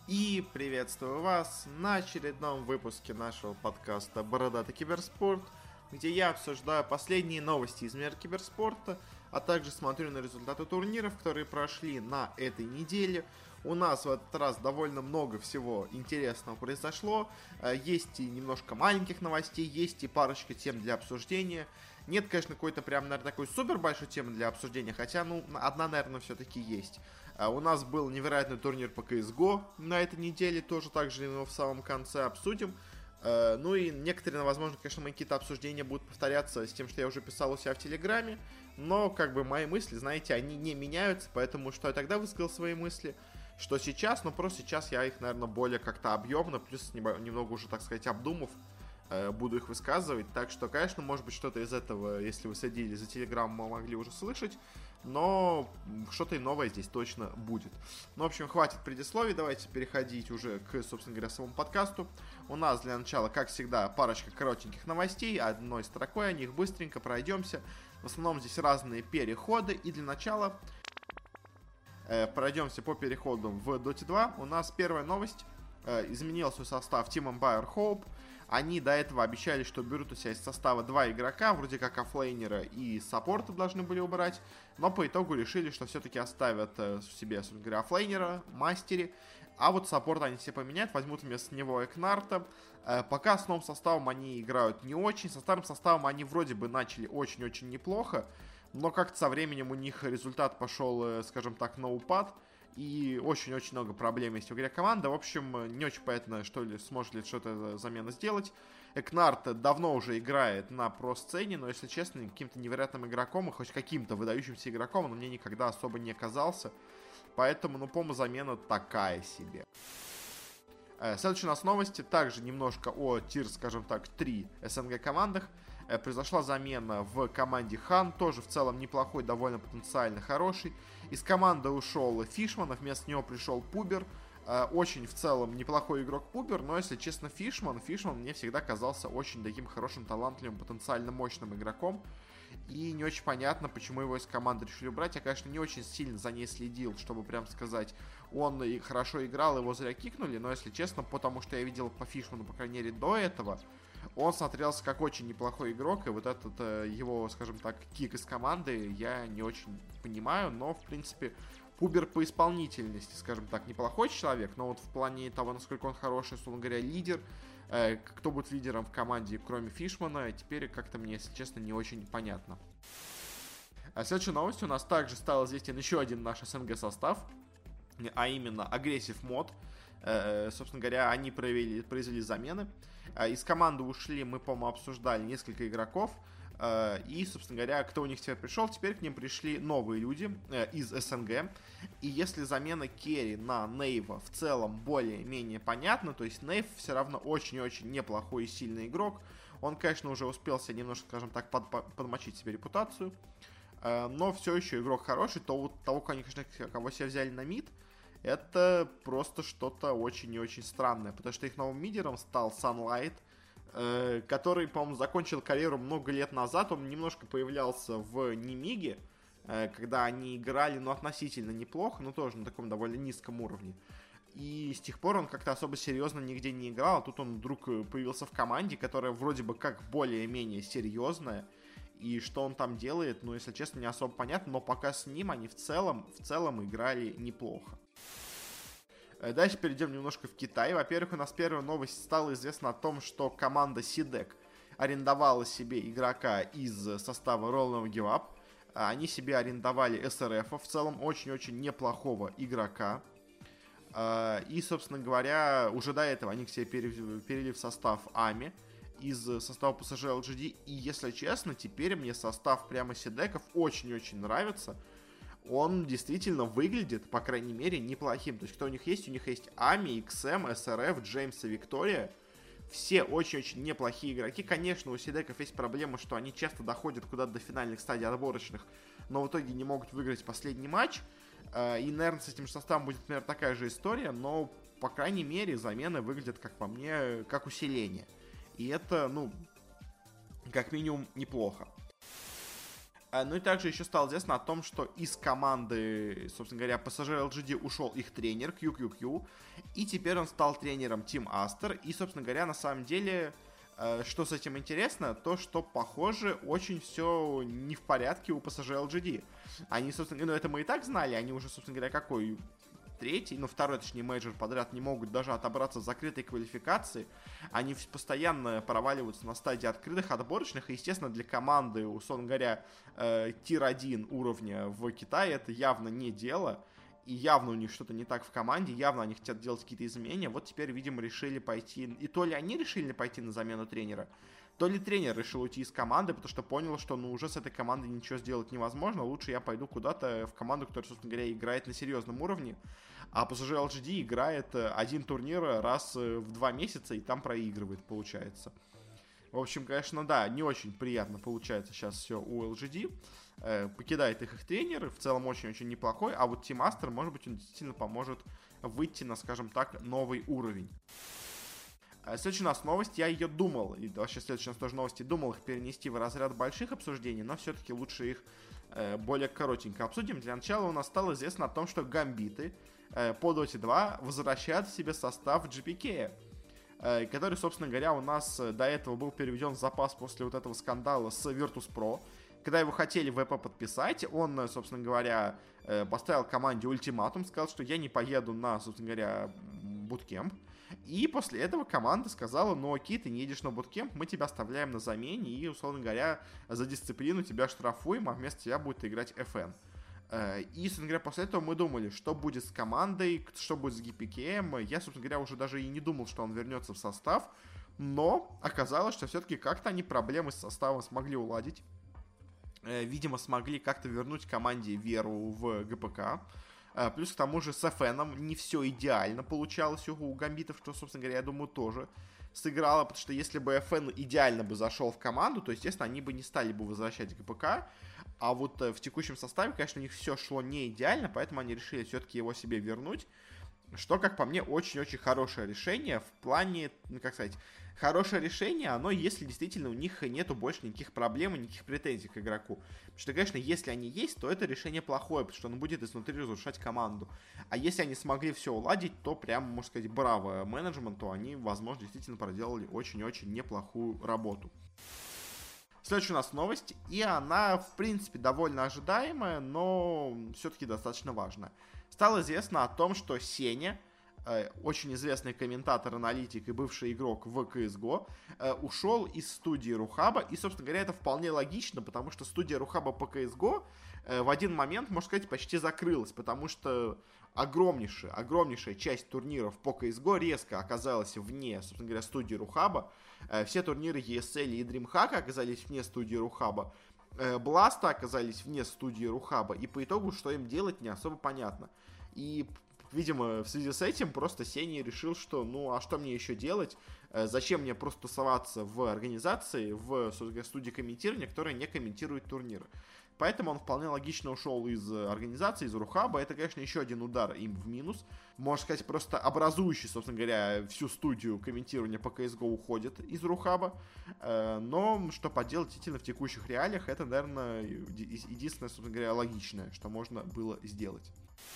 И приветствую вас на очередном выпуске нашего подкаста «Бородатый киберспорт», где я обсуждаю последние новости из мира киберспорта, а также смотрю на результаты турниров, которые прошли на этой неделе. У нас в этот раз довольно много всего интересного произошло. Есть и немножко маленьких новостей, есть и парочка тем для обсуждения. Нет, конечно, какой-то прям, наверное, такой супер большой темы для обсуждения, хотя, одна, наверное, все-таки есть. У нас был невероятный турнир по CSGO на этой неделе, тоже также его в самом конце обсудим. Ну и некоторые, возможно, конечно, мои какие-то обсуждения будут повторяться с тем, что я уже писал у себя в Телеграме, но как бы мои мысли, знаете, они не меняются, поэтому что я тогда высказал свои мысли, что сейчас, но просто сейчас я их, наверное, более как-то объемно, плюс немного уже, так сказать, обдумав, буду их высказывать. Так что, конечно, может быть, что-то из этого, если вы следили за Телеграм, могли уже слышать, но что-то и новое здесь точно будет. Ну, в общем, хватит предисловий, давайте переходить уже к, собственно говоря, самому подкасту. У нас для начала, как всегда, парочка коротеньких новостей, одной строкой о них быстренько пройдемся. В основном здесь разные переходы, и для начала пройдемся по переходам в Dota 2. У нас первая новость. Изменился состав Team Empire Hope. Они до этого обещали, что берут у себя из состава 2 игрока, вроде как оффлейнера и саппорта должны были убрать, но по итогу решили, что все-таки оставят себе, собственно говоря, оффлейнера, мастере, а вот саппорта они себе поменяют, возьмут вместо него Экнарта. Пока с новым составом они играют не очень, со старым составом они вроде бы начали очень-очень неплохо, но как-то со временем у них результат пошел, скажем так, на упад. И очень-очень много проблем есть у игре команды. В общем, не очень понятно, что ли, сможет ли что-то замена сделать. Экнарт давно уже играет на про-сцене, но, если честно, каким-то невероятным игроком, и хоть каким-то выдающимся игроком, он мне никогда особо не казался. Поэтому, по-моему, замена такая себе. Следующая у нас новости, также немножко о тир, скажем так, 3 СНГ командах. Произошла замена в команде Хан, тоже в целом неплохой, довольно потенциально хороший. Из команды ушел Фишман, вместо него пришел Пубер. Очень в целом неплохой игрок Пубер, но, если честно, Фишман мне всегда казался очень таким хорошим, талантливым, потенциально мощным игроком. И не очень понятно, почему его из команды решили убрать. Я, конечно, не очень сильно за ней следил, чтобы прям сказать, он и хорошо играл, его зря кикнули. Но, если честно, потому что я видел по Фишману, по крайней мере, до этого, он смотрелся как очень неплохой игрок. И вот этот его, скажем так, кик из команды я не очень понимаю. Но, в принципе, Пубер по исполнительности, скажем так, неплохой человек. Но вот в плане того, насколько он хороший, условно говоря, лидер, кто будет лидером в команде, кроме Фишмана, теперь как-то мне, если честно, не очень понятно. Следующей новостью у нас также стал известен еще один наш СНГ состав, а именно Aggressive Mod. Собственно говоря, они произвели замены. Из команды ушли, мы, по-моему, обсуждали несколько игроков. И, собственно говоря, кто у них теперь пришел? Теперь к ним пришли новые люди из СНГ. И если замена керри на Нейва в целом более-менее понятна, то есть Нейв все равно очень-очень неплохой и сильный игрок. Он, конечно, уже успел себе немножко, скажем так, подмочить себе репутацию. Но все еще игрок хороший. Того, конечно, кого себе взяли на мид, это просто что-то очень и очень странное. Потому что их новым мидером стал Sunlight, который, по-моему, закончил карьеру много лет назад. Он немножко появлялся в Немиге, когда они играли, относительно неплохо, но тоже на таком довольно низком уровне. И с тех пор он как-то особо серьезно нигде не играл. А тут он вдруг появился в команде, которая вроде бы как более-менее серьезная. И что он там делает, если честно, не особо понятно. Но пока с ним они в целом играли неплохо. Дальше перейдем немножко в Китай. Во-первых, у нас первая новость стала известна о том, что команда Сидек арендовала себе игрока из состава Roll No Give Up. Они себе арендовали СРФ, в целом очень-очень неплохого игрока. И, собственно говоря, уже до этого они к себе перевели в состав Ами из состава PSG LGD. И, если честно, теперь мне состав прямо Сидеков очень-очень нравится. Он действительно выглядит, по крайней мере, неплохим. То есть, кто у них есть? У них есть Ами, XM, SRF, Джеймс и Виктория. Все очень-очень неплохие игроки. Конечно, у Сидеков есть проблема, что они часто доходят куда-то до финальных стадий отборочных, но в итоге не могут выиграть последний матч. И, наверное, с этим составом будет, например, такая же история, но, по крайней мере, замены выглядят, как по мне, как усиление. И это, как минимум, неплохо. Ну и также еще стало известно о том, что из команды, собственно говоря, PSG LGD ушел их тренер QQQ, и теперь он стал тренером Team Aster, и, собственно говоря, на самом деле, что с этим интересно, то, что, похоже, очень все не в порядке у PSG LGD. Они, собственно говоря, это мы и так знали, они уже, собственно говоря, какой... третий, второй, точнее, мейджор подряд не могут даже отобраться в закрытой квалификации. Они постоянно проваливаются на стадии открытых отборочных. И, естественно, для команды, условно говоря, тир-1 уровня в Китае это явно не дело. И явно у них что-то не так в команде, явно они хотят делать какие-то изменения. Вот теперь, видимо, решили пойти... И то ли они решили пойти на замену тренера, то ли тренер решил уйти из команды, потому что понял, что уже с этой командой ничего сделать невозможно. Лучше я пойду куда-то в команду, которая, собственно говоря, играет на серьезном уровне. А PSG LGD играет один турнир раз в 2 месяца и там проигрывает, получается. В общем, конечно, да, не очень приятно получается сейчас все у LGD. Покидает их тренер, в целом очень-очень неплохой. А вот Team Aster, может быть, он действительно поможет выйти на, скажем так, новый уровень. Следующая у нас новость, я ее думал, и вообще следующая у нас тоже новости, думал их перенести в разряд больших обсуждений, но все-таки лучше их более коротенько обсудим. Для начала у нас стало известно о том, что гамбиты по Dota 2 возвращают в себе состав GPK, который, собственно говоря, у нас до этого был переведен в запас после вот этого скандала с Virtus.pro. Когда его хотели в ВП подписать, он, собственно говоря, поставил команде ультиматум, сказал, что я не поеду на, собственно говоря, буткемп. И после этого команда сказала, ну окей, ты не едешь на буткемп, мы тебя оставляем на замене и, условно говоря, за дисциплину тебя штрафуем, а вместо тебя будет играть FN. И, собственно говоря, после этого мы думали, что будет с командой, что будет с GPKM. Я, собственно говоря, уже даже и не думал, что он вернется в состав. Но оказалось, что все-таки как-то они проблемы с составом смогли уладить. Видимо, смогли как-то вернуть команде веру в ГПК. Плюс к тому же с FN не все идеально получалось у гамбитов, что, собственно говоря, я думаю, тоже сыграло, потому что если бы FN идеально бы зашел в команду, то, естественно, они бы не стали бы возвращать ГПК, а вот в текущем составе, конечно, у них все шло не идеально, поэтому они решили все-таки его себе вернуть, что, как по мне, очень-очень хорошее решение в плане, как сказать, хорошее решение, оно, если действительно у них нету больше никаких проблем и никаких претензий к игроку. Потому что, конечно, если они есть, то это решение плохое, потому что он будет изнутри разрушать команду. А если они смогли все уладить, то прям, можно сказать, браво менеджменту, они, возможно, действительно проделали очень-очень неплохую работу. Следующая у нас новость, и она, в принципе, довольно ожидаемая, но все-таки достаточно важная. Стало известно о том, что Сеня, очень известный комментатор, аналитик и бывший игрок в CSGO, ушел из студии Рухаба. И, собственно говоря, это вполне логично, потому что студия Рухаба по CSGO в один момент, можно сказать, почти закрылась, потому что огромнейшая часть турниров по CSGO резко оказалась вне, собственно говоря, студии Рухаба. Все турниры ESL и DreamHack оказались вне студии Рухаба. Бласта оказались вне студии Рухаба. И по итогу, что им делать, не особо понятно. И, видимо, в связи с этим просто Сеня решил, что ну а что мне еще делать? Зачем мне просто тусоваться в организации, в студии комментирования, которая не комментирует турниры? Поэтому он вполне логично ушел из организации, из Рухаба. Это, конечно, еще один удар им в минус. Можно сказать, просто образующий, собственно говоря, всю студию комментирования по CSGO уходит из Рухаба. Но что поделать, действительно, в текущих реалиях, это, наверное, единственное, собственно говоря, логичное, что можно было сделать.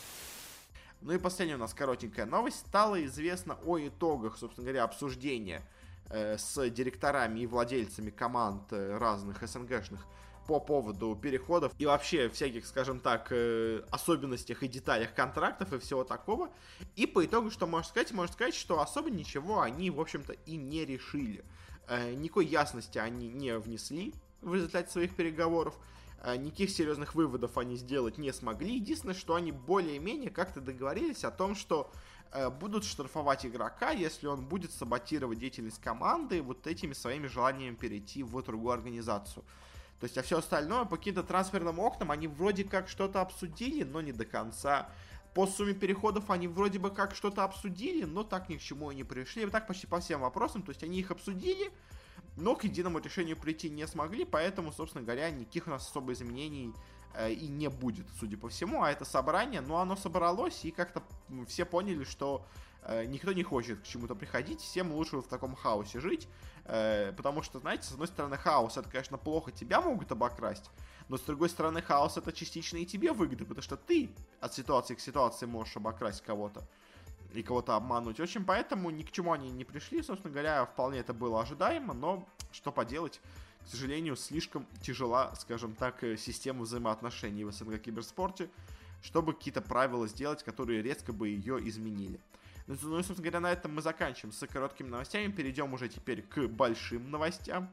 Ну и последняя у нас коротенькая новость. Стало известно о итогах, собственно говоря, обсуждения с директорами и владельцами команд разных СНГшных по поводу переходов и вообще всяких, скажем так, особенностях и деталях контрактов и всего такого. И по итогу, что можно сказать? Можно сказать, что особо ничего они, в общем-то, и не решили. Никакой ясности они не внесли в результате своих переговоров. Никаких серьезных выводов они сделать не смогли. Единственное, что они более-менее как-то договорились о том, что будут штрафовать игрока, если он будет саботировать деятельность команды вот этими своими желаниями перейти в другую организацию. То есть, а все остальное по каким-то трансферным окнам они вроде как что-то обсудили, но не до конца. По сумме переходов они вроде бы как что-то обсудили, но так ни к чему и не пришли. Вот так почти по всем вопросам. То есть, они их обсудили, но к единому решению прийти не смогли, поэтому, собственно говоря, никаких у нас особо изменений и не будет, судя по всему. А это собрание, ну, оно собралось, и как-то все поняли, что никто не хочет к чему-то приходить, всем лучше в таком хаосе жить, потому что, знаете, с одной стороны, хаос, это, конечно, плохо, тебя могут обокрасть, Но, с другой стороны, хаос это частично и тебе выгода, потому что ты от ситуации к ситуации можешь обокрасть кого-то и кого-то обмануть. В общем, поэтому ни к чему они не пришли, собственно говоря, вполне это было ожидаемо, но что поделать, к сожалению, слишком тяжела, скажем так, система взаимоотношений в СНГ киберспорте, чтобы какие-то правила сделать, которые резко бы ее изменили. Ну и, собственно говоря, на этом мы заканчиваем с короткими новостями, перейдем уже теперь к большим новостям.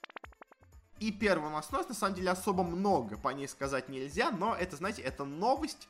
И первая новость, на самом деле, особо много по ней сказать нельзя, но это, знаете, это новость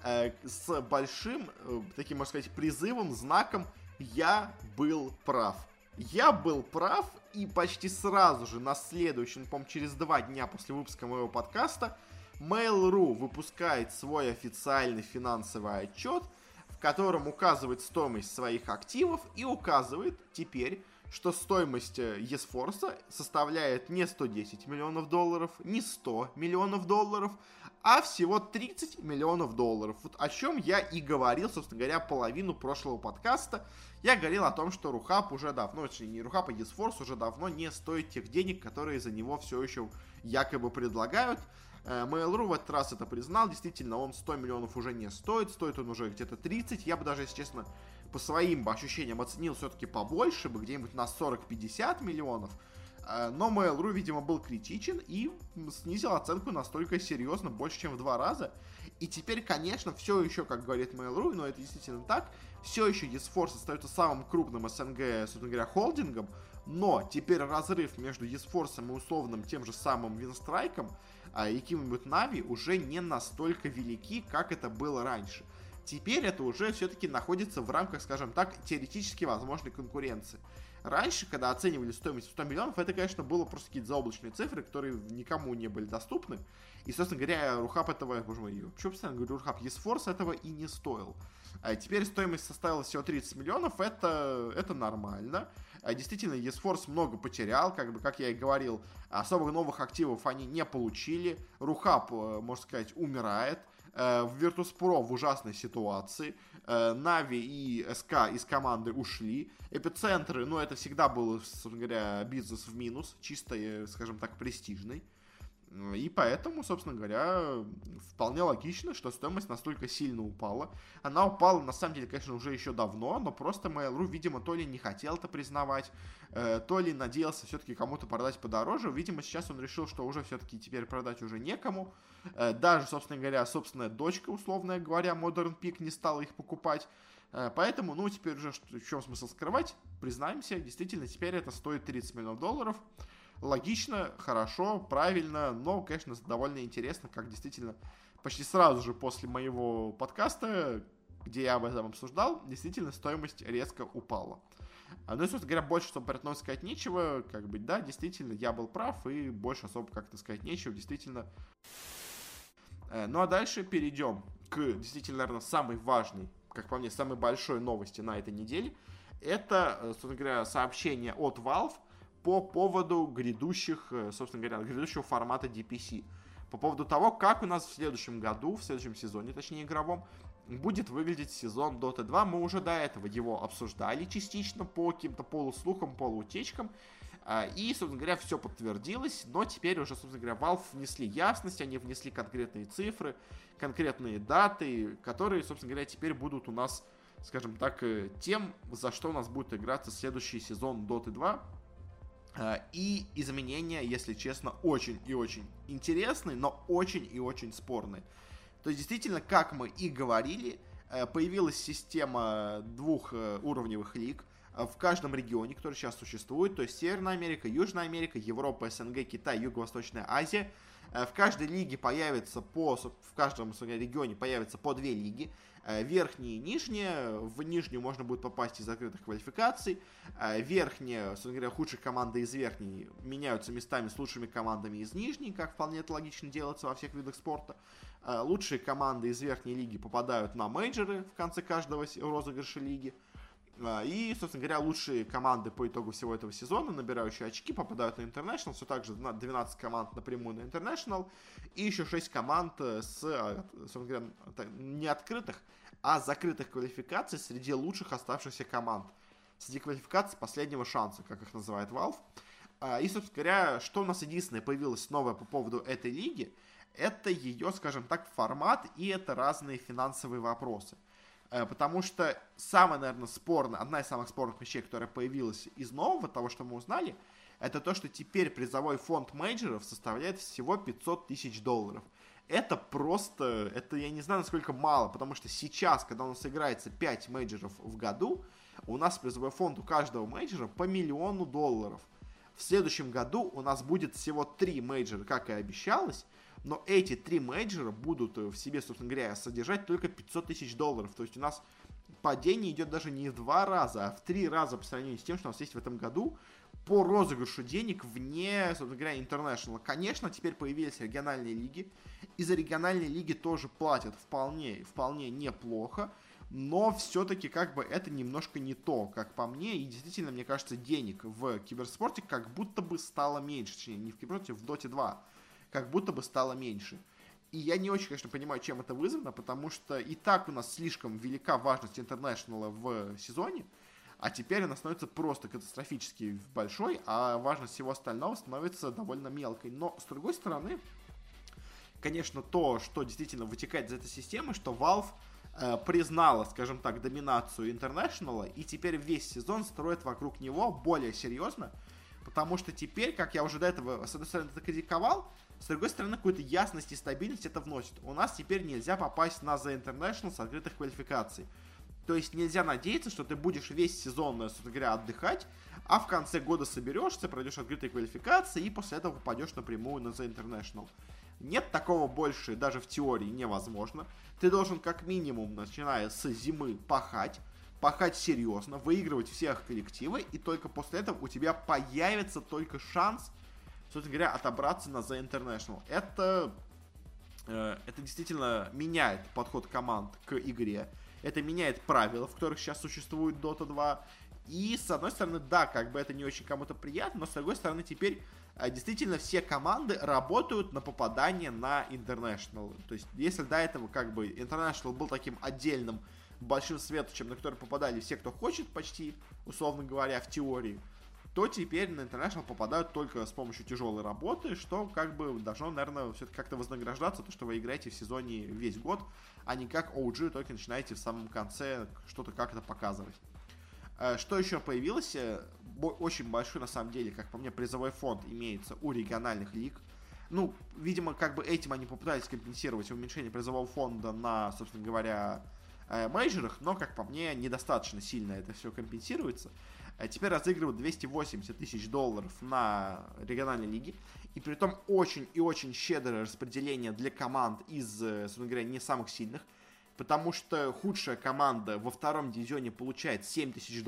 с большим, таким, можно сказать, призывом, знаком «Я был прав». Я был прав, и почти сразу же на следующем, по-моему, через 2 дня после выпуска моего подкаста, Mail.ru выпускает свой официальный финансовый отчет, в котором указывает стоимость своих активов и указывает теперь, что стоимость eSforce составляет не 110 миллионов долларов, не 100 миллионов долларов, а всего 30 миллионов долларов. Вот о чем я и говорил, собственно говоря, половину прошлого подкаста. Я говорил о том, что Рухаб уже давно, точнее не Рухаб, а eSforce уже давно не стоит тех денег, которые за него все еще якобы предлагают. Mail.ru в этот раз это признал, действительно, он 100 миллионов уже не стоит, стоит он уже где-то 30, я бы даже, если честно, по своим ощущениям оценил все-таки побольше, бы где-нибудь на 40-50 миллионов, но Mail.ru, видимо, был критичен и снизил оценку настолько серьезно, больше, чем в 2 раза. И теперь, конечно, все еще, как говорит Mail.ru, но это действительно так, все еще eSforce остается самым крупным СНГ, собственно говоря, холдингом, но теперь разрыв между eSforce и условным тем же самым Винстрайком и каким-нибудь Нави уже не настолько велики, как это было раньше. Теперь это уже все-таки находится в рамках, скажем так, теоретически возможной конкуренции. Раньше, когда оценивали стоимость в 100 миллионов, это, конечно, было просто какие-то заоблачные цифры, которые никому не были доступны. И, собственно говоря, Рухаб этого, боже мой, почему постоянно говорю Рухаб, eSforce этого и не стоил. А теперь стоимость составила всего 30 миллионов, это нормально. Действительно, eSforce много потерял, как я и говорил, особо новых активов они не получили. Рухаб, можно сказать, умирает. В Virtus.pro в ужасной ситуации. Нави и СК из команды ушли. Эпицентры, это всегда был, собственно говоря, бизнес в минус, чисто, скажем так, престижный. И поэтому, собственно говоря, вполне логично, что стоимость настолько сильно упала. Она упала, на самом деле, конечно, уже еще давно, но просто Mail.ru, видимо, то ли не хотел это признавать, то ли надеялся все-таки кому-то продать подороже. Видимо, сейчас он решил, что уже все-таки теперь продать уже некому. Даже, собственно говоря, собственная дочка, условно говоря, Modern Peak не стала их покупать. Поэтому, теперь уже в чем смысл скрывать? Признаемся, действительно, теперь это стоит 30 миллионов долларов. Логично, хорошо, правильно, но, конечно, довольно интересно, как действительно почти сразу же после моего подкаста, где я об этом обсуждал, действительно стоимость резко упала. И, собственно говоря, больше, чтобы про это сказать нечего, да, действительно, я был прав, и больше особо как-то сказать нечего, действительно. Ну, а дальше перейдем к, действительно, наверное, самой важной, как по мне, самой большой новости на этой неделе. Это, собственно говоря, сообщение от Valve по поводу грядущего формата DPC. По поводу того, как у нас в следующем году, в следующем сезоне, точнее игровом, будет выглядеть сезон Dota 2. Мы уже до этого его обсуждали частично по каким-то полуслухам, полуутечкам. И, собственно говоря, все подтвердилось, но теперь уже, собственно говоря, Valve внесли ясность, они внесли конкретные цифры, конкретные даты, которые, собственно говоря, теперь будут у нас, скажем так, тем, за что у нас будет играться следующий сезон Dota 2. И изменения, если честно, очень и очень интересные, но очень и очень спорные. То есть, действительно, как мы и говорили, появилась система двухуровневых лиг в каждом регионе, который сейчас существует. То есть, Северная Америка, Южная Америка, Европа, СНГ, Китай, Юго-Восточная Азия. В каждой лиге появится в каждом регионе появится по 2 лиги. Верхние и нижние. В нижнюю можно будет попасть из закрытых квалификаций. Верхние, собственно говоря, худшие команды из верхней меняются местами с лучшими командами из нижней, как вполне это логично делается во всех видах спорта. Лучшие команды из верхней лиги попадают на мейджоры в конце каждого розыгрыша лиги. И, собственно говоря, лучшие команды по итогу всего этого сезона, набирающие очки, попадают на International. Все так же 12 команд напрямую на International. И еще 6 команд собственно говоря, не открытых, а закрытых квалификаций среди лучших оставшихся команд. Среди квалификаций последнего шанса, как их называет Valve. И, собственно говоря, что у нас единственное появилось новое по поводу этой лиги, это ее, скажем так, формат, и это разные финансовые вопросы. Потому что самая, наверное, спорная, одна из самых спорных вещей, которая появилась из нового, того, что мы узнали, это то, что теперь призовой фонд мейджоров составляет всего $500 тысяч. Это просто, это я не знаю, насколько мало, потому что сейчас, когда у нас играется 5 мейджоров в году, у нас призовой фонд у каждого мейджора по $1 миллион. В следующем году у нас будет всего 3 мейджора, как и обещалось, но эти 3 мейджора будут в себе, собственно говоря, содержать только $500 тысяч. То есть у нас падение идет даже не в 2 раза, а в 3 раза по сравнению с тем, что у нас есть в этом году по розыгрышу денег вне, собственно говоря, International. Конечно, теперь появились региональные лиги, и за региональные лиги тоже платят вполне неплохо, но все-таки как бы это немножко не то, как по мне, и действительно, мне кажется, денег в киберспорте как будто бы стало меньше, точнее, не в киберспорте, в Dota 2, как будто бы стало меньше. И я не очень, конечно, понимаю, чем это вызвано, потому что и так у нас слишком велика важность Интернешнала в сезоне, а теперь она становится просто катастрофически большой, а важность всего остального становится довольно мелкой. Но, с другой стороны, конечно, то, что действительно вытекает из этой системы, что Valve признала, скажем так, доминацию Интернешнала, и теперь весь сезон строит вокруг него более серьезно, потому что теперь, как я уже до этого, с одной стороны, это критиковал, с другой стороны, какую-то ясность и стабильность это вносит. У нас теперь нельзя попасть на The International с открытых квалификаций. То есть нельзя надеяться, что ты будешь весь сезон, собственно говоря, отдыхать, а в конце года соберешься, пройдешь открытые квалификации и после этого попадешь напрямую на The International. Нет, такого больше даже в теории невозможно. Ты должен как минимум, начиная с зимы, пахать серьезно, выигрывать всех коллективы, и только после этого у тебя появится только шанс, собственно говоря, отобраться на The International. Это действительно меняет подход команд к игре. Это меняет правила, в которых сейчас существует Dota 2. И, с одной стороны, да, как бы это не очень кому-то приятно, но, с другой стороны, теперь действительно все команды работают на попадание на International. То есть, если до этого, как бы, International был таким отдельным большим светочем, на который попадали все, кто хочет, почти, условно говоря, в теории, то теперь на International попадают только с помощью тяжелой работы, что как бы должно, наверное, все-таки как-то вознаграждаться, то, что вы играете в сезоне весь год, а не как OG, только начинаете в самом конце что-то как-то показывать. Что еще появилось? Очень большой, на самом деле, как по мне, призовой фонд имеется у региональных лиг. Ну, видимо, как бы этим они попытались компенсировать уменьшение призового фонда на, собственно говоря, мейджорах, но, как по мне, недостаточно сильно это все компенсируется. Теперь разыгрывают $280 тысяч на региональной лиге. И при этом очень и очень щедрое распределение для команд из, собственно говоря, не самых сильных. Потому что худшая команда во втором дивизионе получает $7 тысяч,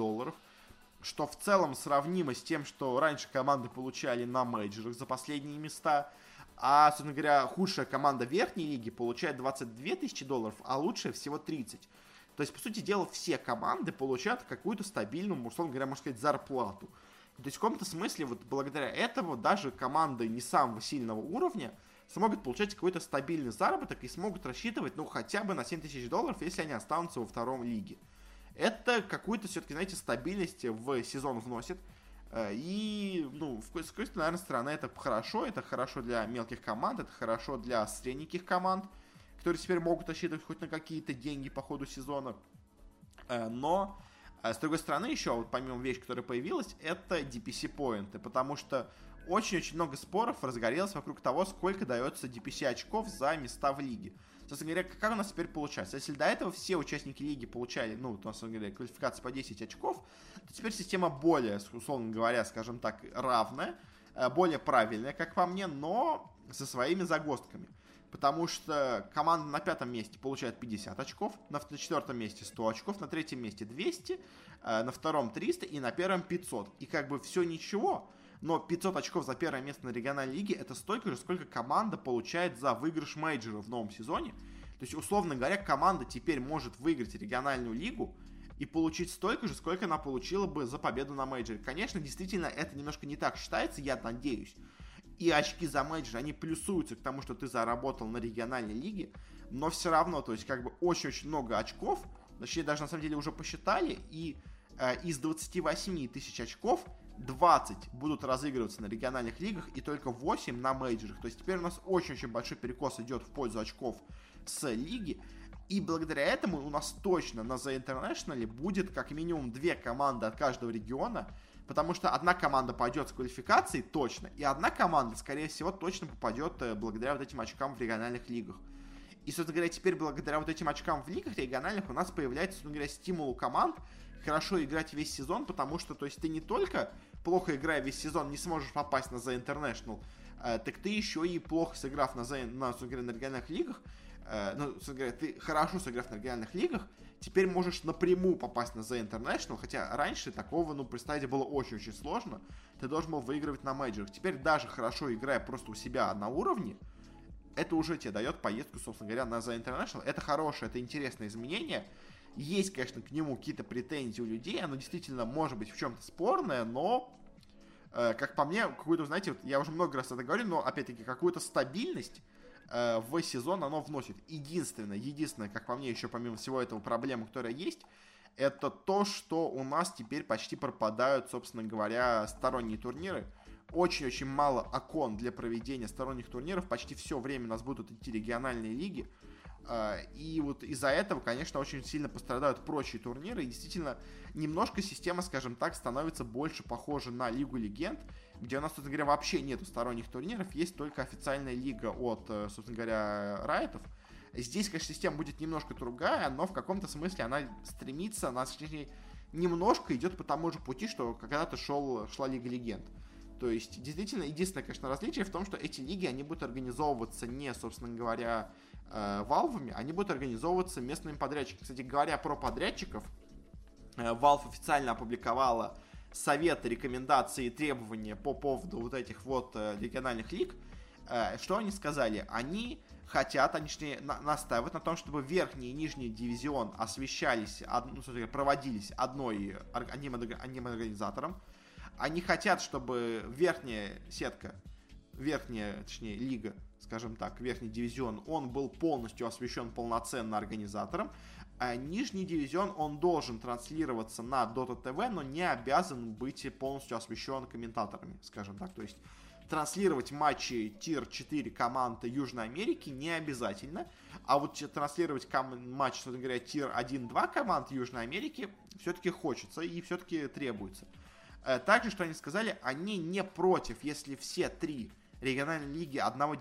что в целом сравнимо с тем, что раньше команды получали на мейджорах за последние места. А, собственно говоря, худшая команда верхней лиги получает $22 тысячи, а лучшая всего 30. То есть, по сути дела, все команды получают какую-то стабильную, условно говоря, можно сказать, зарплату. То есть, в каком-то смысле, вот благодаря этому, даже команды не самого сильного уровня смогут получать какой-то стабильный заработок и смогут рассчитывать, ну, хотя бы на $7 тысяч, если они останутся во втором лиге. Это какую-то, все-таки, знаете, стабильность в сезон вносит. И, ну, с какой-то, наверное, стороны это хорошо для мелких команд, это хорошо для средненьких команд, которые теперь могут рассчитывать хоть на какие-то деньги по ходу сезона. Но, с другой стороны, еще, вот помимо вещи, которая появилась, это DPC-поинты, потому что очень-очень много споров разгорелось вокруг того, сколько дается DPC очков за места в лиге. Собственно говоря, как у нас теперь получается? Если до этого все участники лиги получали, ну, собственно говоря, квалификации по 10 очков, то теперь система более, условно говоря, скажем так, равная, более правильная, как по мне, но со своими загвоздками. Потому что команда на 5 месте получает 50 очков, на 4 месте 100 очков, на 3 месте 200, на 2 300 и на 1 500. И как бы все ничего, но 500 очков за первое место на региональной лиге это столько же, сколько команда получает за выигрыш мейджора в новом сезоне. То есть, условно говоря, команда теперь может выиграть региональную лигу и получить столько же, сколько она получила бы за победу на мейджоре. Конечно, действительно, это немножко не так считается, я надеюсь. И очки за мейджор, они плюсуются к тому, что ты заработал на региональной лиге, но все равно, то есть, как бы очень-очень много очков, точнее, даже на самом деле уже посчитали, и из 28 тысяч очков 20 будут разыгрываться на региональных лигах и только 8 на мейджорах. То есть теперь у нас очень-очень большой перекос идет в пользу очков с лиги. И благодаря этому у нас точно на The International будет как минимум 2 команды от каждого региона, потому что одна команда пойдет с квалификацией точно, и одна команда, скорее всего, точно попадет благодаря вот этим очкам в региональных лигах. И, собственно говоря, теперь благодаря вот этим очкам в лигах региональных у нас появляется, собственно говоря, стимул у команд хорошо играть весь сезон, потому что, то есть, ты не только плохо играя весь сезон не сможешь попасть на The International, так ты еще и плохо сыграв на региональных лигах, ты хорошо сыграв на региональных лигах, теперь можешь напрямую попасть на The International, хотя раньше такого, представить было очень-очень сложно, ты должен был выигрывать на мейджорах. Теперь даже хорошо играя просто у себя на уровне, это уже тебе дает поездку, собственно говоря, на The International. Это хорошее, это интересное изменение. Есть, конечно, к нему какие-то претензии у людей, оно действительно может быть в чем-то спорное, но, как по мне, какую-то, знаете, я уже много раз это говорю, но, опять-таки, какую-то стабильность в сезон оно вносит. Единственное, как по мне, еще помимо всего этого проблема, которая есть, это то, что у нас теперь почти пропадают, собственно говоря, сторонние турниры. Очень-очень мало окон для проведения сторонних турниров. Почти все время у нас будут идти региональные лиги. И вот из-за этого, конечно, очень сильно пострадают прочие турниры. И действительно, немножко система, скажем так, становится больше похожа на Лигу Легенд, где у нас, собственно говоря, вообще нету сторонних турниров. Есть только официальная лига от, собственно говоря, Райтов. Здесь, конечно, система будет немножко другая, но в каком-то смысле она стремится, она, точнее, немножко идет по тому же пути, что когда-то шла Лига Легенд. То есть, действительно, единственное, конечно, различие в том, что эти лиги, они будут организовываться не, собственно говоря, Valve'ами, они будут организовываться местными подрядчиками. Кстати, говоря про подрядчиков, Valve официально опубликовала советы, рекомендации и требования по поводу вот этих вот региональных лиг. Что они сказали? Они хотят, точнее, настаивают на том, чтобы верхний и нижний дивизион освещались, проводились одним организатором. Они хотят, чтобы верхняя сетка, точнее, лига, скажем так, верхний дивизион, он был полностью освещен полноценно организатором, а нижний дивизион, он должен транслироваться на Dota TV, но не обязан быть полностью освещен комментаторами, скажем так. То есть транслировать матчи Tier 4 команды Южной Америки не обязательно, а вот транслировать матч, собственно говоря, Tier 1-2 команд Южной Америки все-таки хочется и все-таки требуется. Также, что они сказали, они не против, если все 3 региональные лиги одного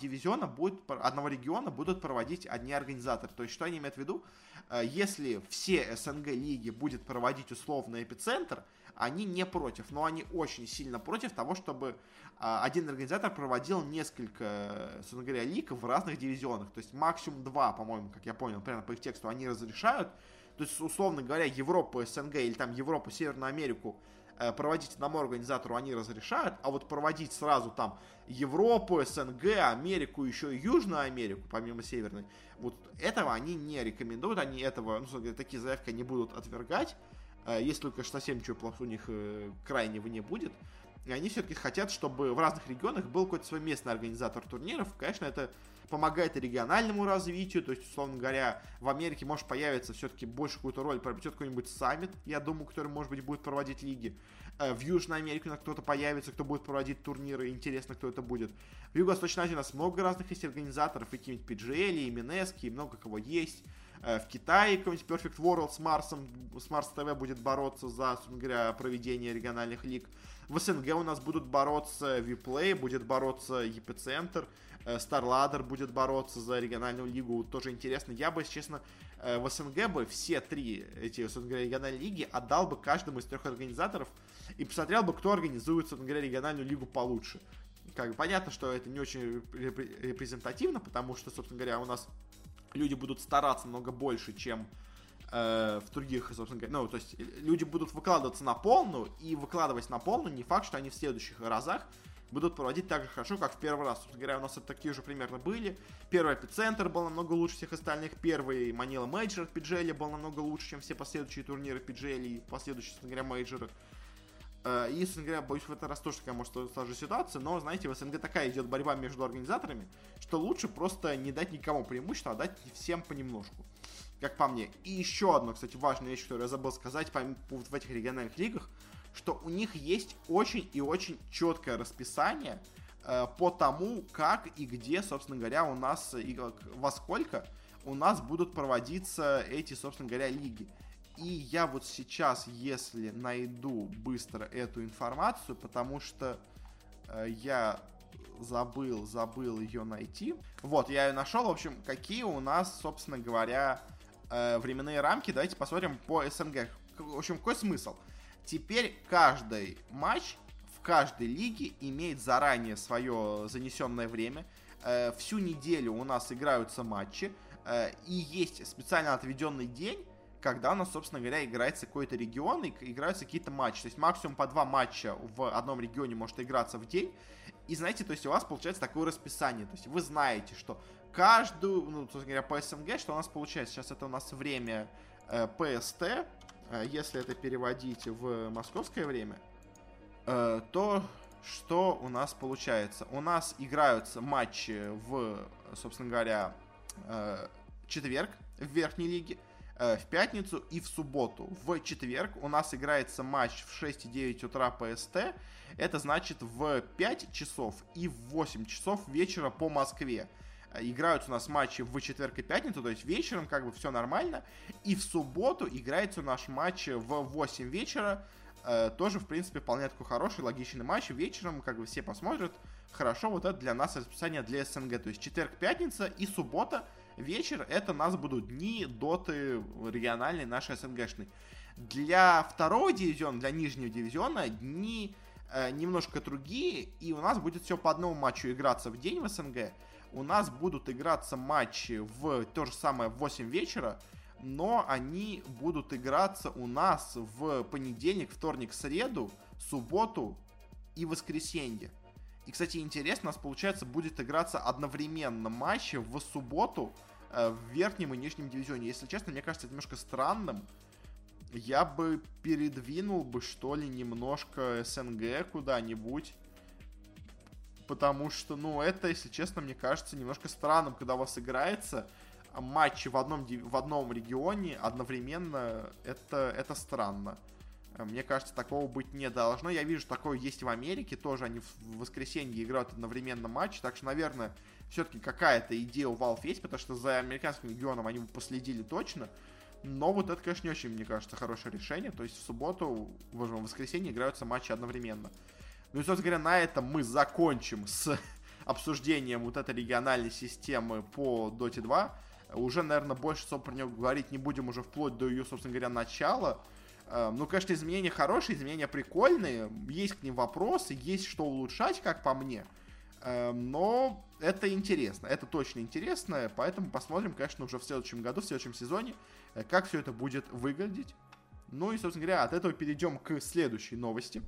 региона будут проводить одни организаторы. То есть, что они имеют в виду? Если все СНГ лиги будет проводить условно Эпицентр, они не против, но они очень сильно против того, чтобы один организатор проводил несколько, собственно говоря, лиг в разных дивизионах. То есть, максимум 2, по-моему, как я понял, прямо по их тексту, они разрешают. То есть, условно говоря, Европу, СНГ или там Европу, Северную Америку проводить одному организатору они разрешают, а вот проводить сразу там Европу, СНГ, Америку, еще и Южную Америку, помимо Северной, вот этого они не рекомендуют, они такие заявки не будут отвергать, если только совсем чего у них крайнего не будет. И они все-таки хотят, чтобы в разных регионах был какой-то свой местный организатор турниров. Конечно, это помогает и региональному развитию, то есть, условно говоря, в Америке может появиться все-таки больше какую-то роль, приобретет какой-нибудь саммит, я думаю, который, может быть, будет проводить лиги. В Южной Америке кто-то появится, кто будет проводить турниры, интересно, кто это будет. В Юго-Восточной Азии у нас много разных есть организаторов, и какие-нибудь PGL, и Минески, и много кого есть. В Китае какой-нибудь Perfect World с Mars TV будет бороться за, собственно говоря, проведение региональных лиг. В СНГ у нас будут бороться Vplay, будет бороться Епицентр, StarLadder будет бороться за региональную лигу. Вот тоже интересно. Я бы, если честно, в СНГ бы все 3 эти, собственно говоря, региональные лиги отдал бы каждому из 3 организаторов и посмотрел бы, кто организует, собственно говоря, региональную лигу получше. Как бы понятно, что это не очень репрезентативно, потому что, собственно говоря, у нас люди будут стараться намного больше, чем в других, собственно говоря, то есть люди будут выкладываться на полную, и выкладываясь на полную, не факт, что они в следующих разах будут проводить так же хорошо, как в первый раз. Собственно говоря, у нас такие же примерно были. Первый Эпицентр был намного лучше всех остальных. Первый Manila Major от PGL был намного лучше, чем все последующие турниры PGL и последующие, собственно говоря, мейджоры. И, собственно говоря, боюсь, в этот раз тоже такая может сложиться ситуация, но, знаете, в СНГ такая идет борьба между организаторами, что лучше просто не дать никому преимущество, а дать всем понемножку. как по мне. И еще одно, кстати, важная вещь, которую я забыл сказать вот в этих региональных лигах, что у них есть очень и очень четкое расписание по тому, как и где, собственно говоря, у нас, и во сколько у нас будут проводиться эти, собственно говоря, лиги. И я вот сейчас, если найду быстро эту информацию, потому что я забыл ее найти. Вот, я ее нашел. В общем, какие у нас, собственно говоря, временные рамки. Давайте посмотрим по СНГ. В общем, какой смысл? Теперь каждый матч в каждой лиге имеет заранее свое занесенное время. Всю неделю у нас играются матчи. И есть специально отведенный день, когда у нас, собственно говоря, играется какой-то регион и играются какие-то матчи. То есть максимум по 2 матча в одном регионе может играться в день. И знаете, то есть у вас получается такое расписание. То есть вы знаете, что каждую, ну, собственно говоря, по СНГ, что у нас получается. Сейчас это у нас время ПСТ. Если это переводить в московское время, то что у нас получается? У нас играются матчи в, собственно говоря, четверг в верхней лиге, в пятницу и в субботу. В четверг у нас играется матч в 6:09 утра ПСТ. Это значит в 5 часов и в 8 часов вечера по Москве. Играются у нас матчи в четверг и пятницу, то есть вечером, как бы все нормально. И в субботу играется наш матч в 8 вечера. Тоже, в принципе, вполне такой хороший, логичный матч. Вечером, как бы все посмотрят. Хорошо, вот это для нас расписание для СНГ. То есть четверг, пятница и суббота вечер. Это у нас будут дни доты региональной нашей СНГшной. Для второго дивизиона, для нижнего дивизиона дни немножко другие. И у нас будет все по одному матчу играться в день в СНГ. У нас будут играться матчи в то же самое в 8 вечера, но они будут играться у нас в понедельник, вторник, среду, субботу и воскресенье. И, кстати, интересно, у нас, получается, будет играться одновременно матчи в субботу в верхнем и нижнем дивизионе. Если честно, мне кажется, это немножко странным. Я бы передвинул бы, что ли, немножко СНГ куда-нибудь. Потому что, ну, это, если честно, мне кажется немножко странным, когда у вас играется матчи в одном регионе одновременно. Это странно. Мне кажется, такого быть не должно. Я вижу, такое есть в Америке. Тоже они в воскресенье играют одновременно матч. Так что, наверное, все-таки какая-то идея у Valve есть, потому что за американским регионом они бы последили точно. Но вот это, конечно, не очень, мне кажется, хорошее решение. То есть в субботу, в воскресенье играются матчи одновременно. Ну и, собственно говоря, на этом мы закончим с обсуждением вот этой региональной системы по Dota 2. Уже, наверное, больше особо про нее говорить не будем уже вплоть до ее, собственно говоря, начала. Ну, конечно, изменения хорошие, изменения прикольные. Есть к ним вопросы, есть что улучшать, как по мне. Но это интересно, это точно интересно. Поэтому посмотрим, конечно, уже в следующем году, в следующем сезоне, как все это будет выглядеть. Ну и, собственно говоря, от этого перейдем к следующей новости.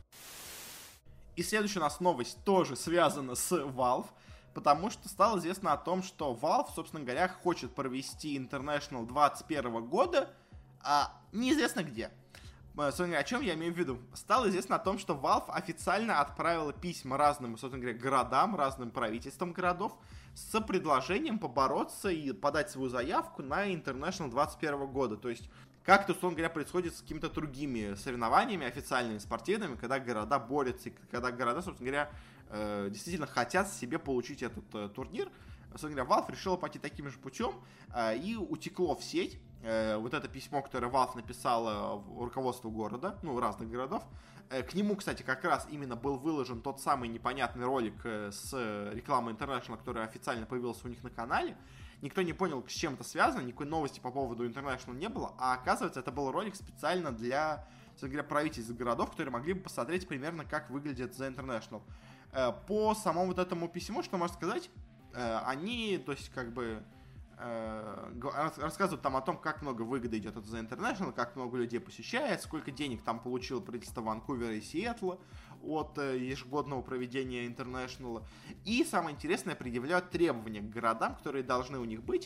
И следующая у нас новость тоже связана с Valve, потому что стало известно о том, что Valve, собственно говоря, хочет провести International 2021 года, неизвестно где. Собственно говоря, о чем я имею в виду? Стало известно о том, что Valve официально отправила письма разным, собственно говоря, городам, разным правительствам городов с предложением побороться и подать свою заявку на International 2021 года. То есть, как это, условно говоря, происходит с какими-то другими соревнованиями официальными, спортивными, когда города борются, и когда города, собственно говоря, действительно хотят себе получить этот турнир. Собственно говоря, Valve решила пойти таким же путем и утекло в сеть вот это письмо, которое Valve написала руководству города, ну, разных городов. К нему, кстати, как раз именно был выложен тот самый непонятный ролик с рекламой International, который официально появился у них на канале. Никто не понял, с чем это связано, никакой новости по поводу International не было, а оказывается, это был ролик специально для, собственно говоря, правительств городов, которые могли бы посмотреть примерно, как выглядит The International. По самому вот этому письму, что можно сказать, они, то есть, как бы, рассказывают там о том, как много выгоды идет от The International, как много людей посещает, сколько денег там получило правительство Ванкувера и Сиэтла от ежегодного проведения International. И самое интересное, предъявляют требования к городам, которые должны у них быть.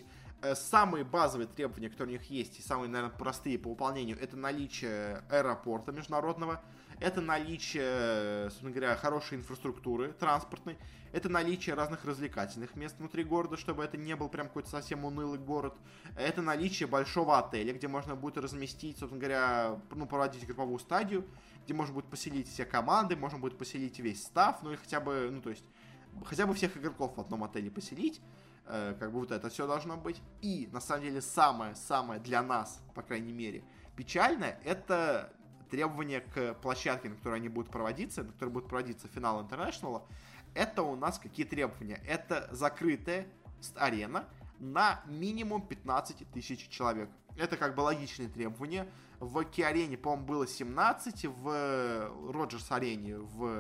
Самые базовые требования, которые у них есть, и самые, наверное, простые по выполнению, это наличие аэропорта международного, это наличие, собственно говоря, хорошей инфраструктуры транспортной, это наличие разных развлекательных мест внутри города, чтобы это не был прям какой-то совсем унылый город, это наличие большого отеля, где можно будет разместить, собственно говоря, ну, проводить групповую стадию, где можно будет поселить все команды, можно будет поселить весь став, ну, или хотя бы, ну, то есть, хотя бы всех игроков в одном отеле поселить. Как бы вот это все должно быть. И, на самом деле, самое для нас, по крайней мере, печальное, это требования к площадке, на которой они будут проводиться, на которой будет проводиться финал Интернешнала. Это у нас какие требования? Это закрытая арена на минимум 15 тысяч человек. Это как бы логичные требования. В Ки-арене, по-моему, было 17, в Роджерс-арене,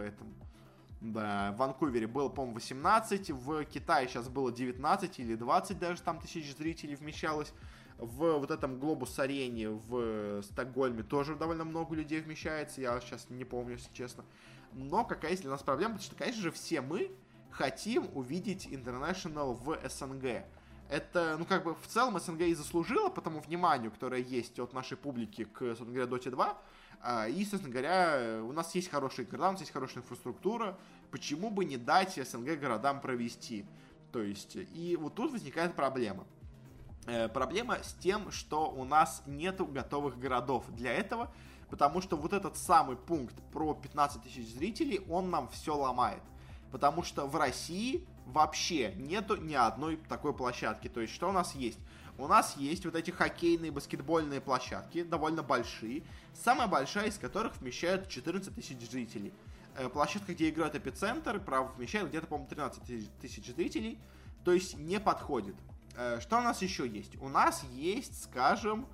да, в Ванкувере было, по-моему, 18, в Китае сейчас было 19 или 20 даже там тысяч зрителей вмещалось. В вот этом Глобус-арене в Стокгольме тоже довольно много людей вмещается, я сейчас не помню, если честно. Но какая есть для нас проблема, потому что, конечно же, все мы хотим увидеть International в СНГ. Это, ну, как бы, в целом СНГ и заслужила по тому вниманию, которое есть от нашей публики к, собственно говоря, Dota 2. И, собственно говоря, у нас есть хорошие города, у нас есть хорошая инфраструктура. Почему бы не дать СНГ городам провести? То есть, и вот тут возникает проблема. Проблема с тем, что у нас нету готовых городов для этого, потому что вот этот самый пункт про 15 тысяч зрителей, он нам все ломает. Потому что в России вообще нету ни одной такой площадки. То есть, что у нас есть? У нас есть вот эти хоккейные, баскетбольные площадки, довольно большие, самая большая из которых вмещает 14 тысяч зрителей. Площадка, где играет Эпицентр, вмещает где-то, по-моему, 13 тысяч зрителей, то есть не подходит. Что у нас еще есть? У нас есть, скажем,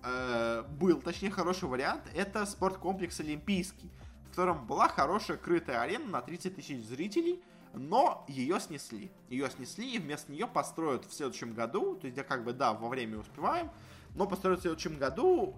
был, точнее, хороший вариант, это спорткомплекс Олимпийский, в котором была хорошая крытая арена на 30 тысяч зрителей, но ее снесли. Ее снесли, и вместо нее построят в следующем году, то есть, как бы, да, во время успеваем, но построят в следующем году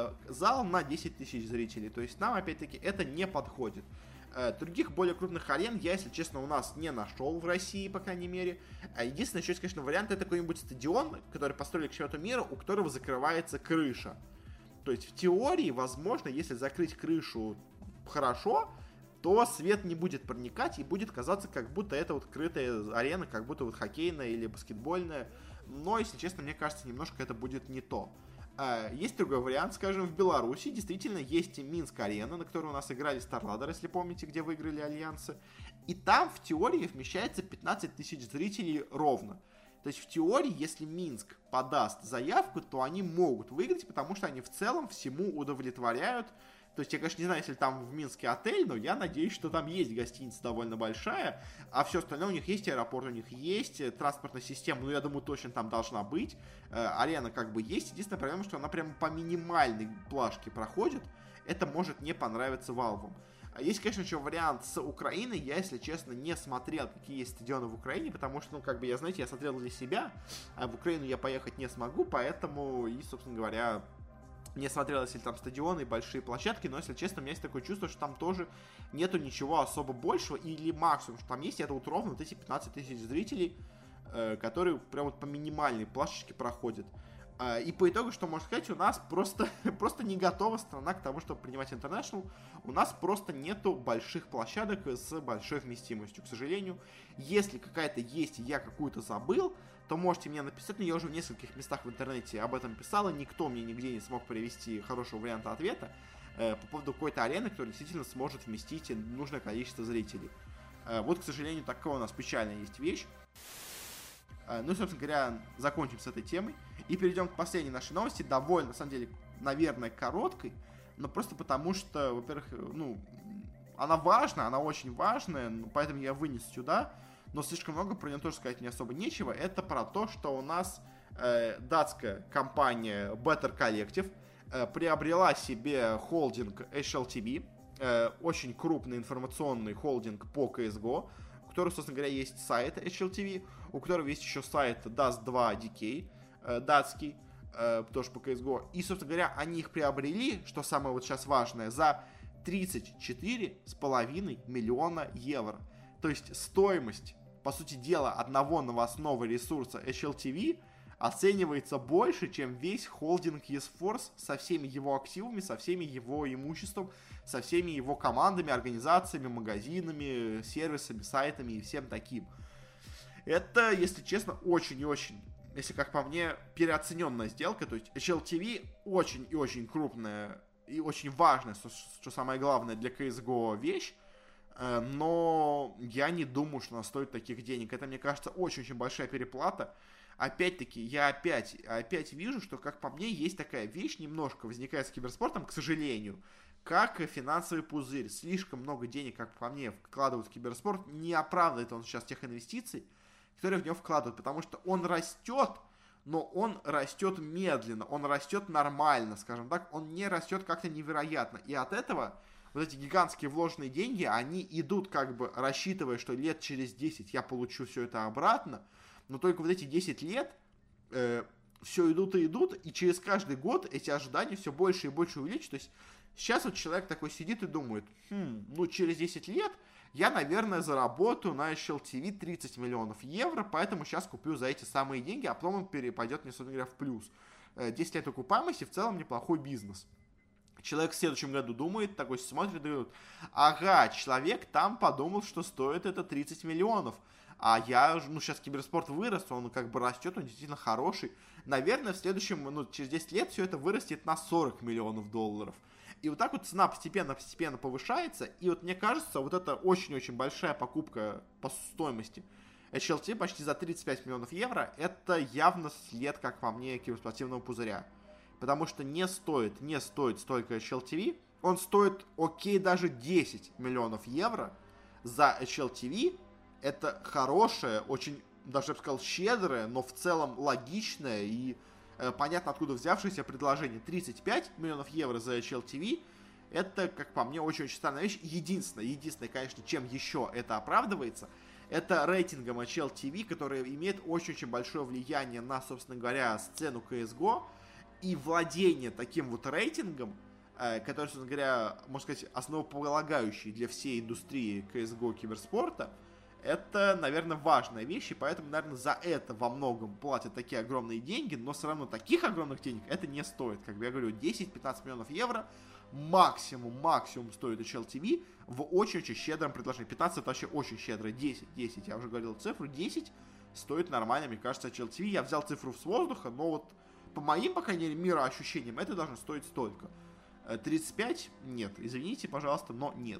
зал на 10 тысяч зрителей. То есть, нам, опять-таки, это не подходит. Других более крупных арен я, если честно, у нас не нашел в России, по крайней мере. Единственный еще, конечно, вариант — это какой-нибудь стадион, который построили к чемпионату мира, у которого закрывается крыша. То есть, в теории, возможно, если закрыть крышу хорошо, то свет не будет проникать и будет казаться, как будто это вот крытая арена, как будто вот хоккейная или баскетбольная. Но, если честно, мне кажется, немножко это будет не то. Есть другой вариант, скажем, в Беларуси действительно есть Минск-арена, на которой у нас играли StarLadder, если помните, где выиграли Альянсы. И там в теории вмещается 15 тысяч зрителей ровно. То есть в теории, если Минск подаст заявку, то они могут выиграть, потому что они в целом всему удовлетворяют. То есть я, конечно, не знаю, если там в Минске отель, но я надеюсь, что там есть гостиница довольно большая, а все остальное у них есть, аэропорт у них есть, транспортная система, ну, я думаю, точно там должна быть, арена как бы есть. Единственная проблема, что она прямо по минимальной плашке проходит, это может не понравиться Valve. Есть, конечно, еще вариант с Украиной. Я, если честно, не смотрел, какие есть стадионы в Украине, потому что, ну, как бы, я, знаете, я смотрел для себя, а в Украину я поехать не смогу, поэтому, и, собственно говоря, не смотрел, если там стадионы и большие площадки, но, если честно, у меня есть такое чувство, что там тоже нету ничего особо большего, или максимум, что там есть, это вот ровно вот эти 15 тысяч зрителей, которые прям вот по минимальной плашечке проходят. И по итогу, что можно сказать, у нас просто не готова страна к тому, чтобы принимать International. У нас просто нету больших площадок с большой вместимостью, к сожалению. Если какая-то есть, и я какую-то забыл, то можете мне написать, но я уже в нескольких местах в интернете об этом писал, и никто мне нигде не смог привести хорошего варианта ответа по поводу какой-то арены, которая действительно сможет вместить нужное количество зрителей. Вот, к сожалению, такая у нас печальная есть вещь. Ну и, собственно говоря, закончим с этой темой и перейдем к последней нашей новости, довольно, на самом деле, наверное, короткой, но просто потому что, во-первых, ну, она важна, она очень важная, поэтому я вынес сюда, но слишком много про нее тоже сказать не особо нечего. Это про то, что у нас датская компания Better Collective приобрела себе холдинг HLTV, очень крупный информационный холдинг по CSGO, у которого, собственно говоря, есть сайт HLTV, у которого есть еще сайт Dust2 DK, датский, тоже по CSGO. И, собственно говоря, они их приобрели, что самое вот сейчас важное, за 34,5 миллиона евро. То есть стоимость, по сути дела, одного новостного ресурса HLTV, оценивается больше, чем весь холдинг eSforce со всеми его активами, со всеми его имуществом, со всеми его командами, организациями, магазинами, сервисами, сайтами и всем таким. Это, если честно, очень и очень, если как по мне, переоцененная сделка. То есть HLTV очень и очень крупная и очень важная, что самое главное для CSGO вещь. Но я не думаю, что она стоит таких денег. Это, мне кажется, очень-очень большая переплата. Опять-таки, я опять вижу, что, как по мне, есть такая вещь, немножко возникает с киберспортом, к сожалению, как финансовый пузырь. Слишком много денег, как по мне, вкладывают в киберспорт. Не оправдывает он сейчас тех инвестиций, которые в него вкладывают, потому что он растет, но он растет медленно, он растет нормально, скажем так, он не растет как-то невероятно. И от этого вот эти гигантские вложенные деньги, они идут как бы рассчитывая, что лет через 10 я получу все это обратно, но только вот эти 10 лет все идут и идут, и через каждый год эти ожидания все больше и больше увеличиваются. То есть сейчас вот человек такой сидит и думает, ну через 10 лет я, наверное, заработаю на HLTV 30 миллионов евро, поэтому сейчас куплю за эти самые деньги, а потом он перепадет мне, собственно говоря, в плюс. 10 лет окупаемости в целом неплохой бизнес. Человек в следующем году думает, такой смотрит и говорит, ага, человек там подумал, что стоит это 30 миллионов. А я, сейчас киберспорт вырос, он как бы растет, он действительно хороший. Наверное, в следующем, через 10 лет все это вырастет на 40 миллионов долларов. И вот так вот цена постепенно повышается. И вот мне кажется, вот это очень-очень большая покупка по стоимости HLT почти за 35 миллионов евро, это явно след, как по мне, киберспортивного пузыря. Потому что не стоит столько HLTV. Он стоит, даже 10 миллионов евро за HLTV. Это хорошее, очень, даже я бы сказал, щедрое, но в целом логичное и понятно откуда взявшееся предложение. 35 миллионов евро за HLTV. Это, как по мне, очень-очень странная вещь. Единственное, конечно, чем еще это оправдывается, это рейтингом HLTV, который имеет очень-очень большое влияние на, собственно говоря, сцену CSGO. И владение таким вот рейтингом, который, собственно говоря, можно сказать, основополагающий для всей индустрии CSGO киберспорта, это, наверное, важная вещь, и поэтому, наверное, за это во многом платят такие огромные деньги, но все равно таких огромных денег это не стоит. Как бы я говорю, 10-15 миллионов евро максимум стоит HLTV в очень-очень щедром предложении. 15 это вообще очень щедро, 10, я уже говорил цифру, 10 стоит нормально, мне кажется, HLTV. Я взял цифру с воздуха, но вот по моим, по крайней мере, мироощущениям, это должно стоить столько. 35? Нет. Извините, пожалуйста, но нет.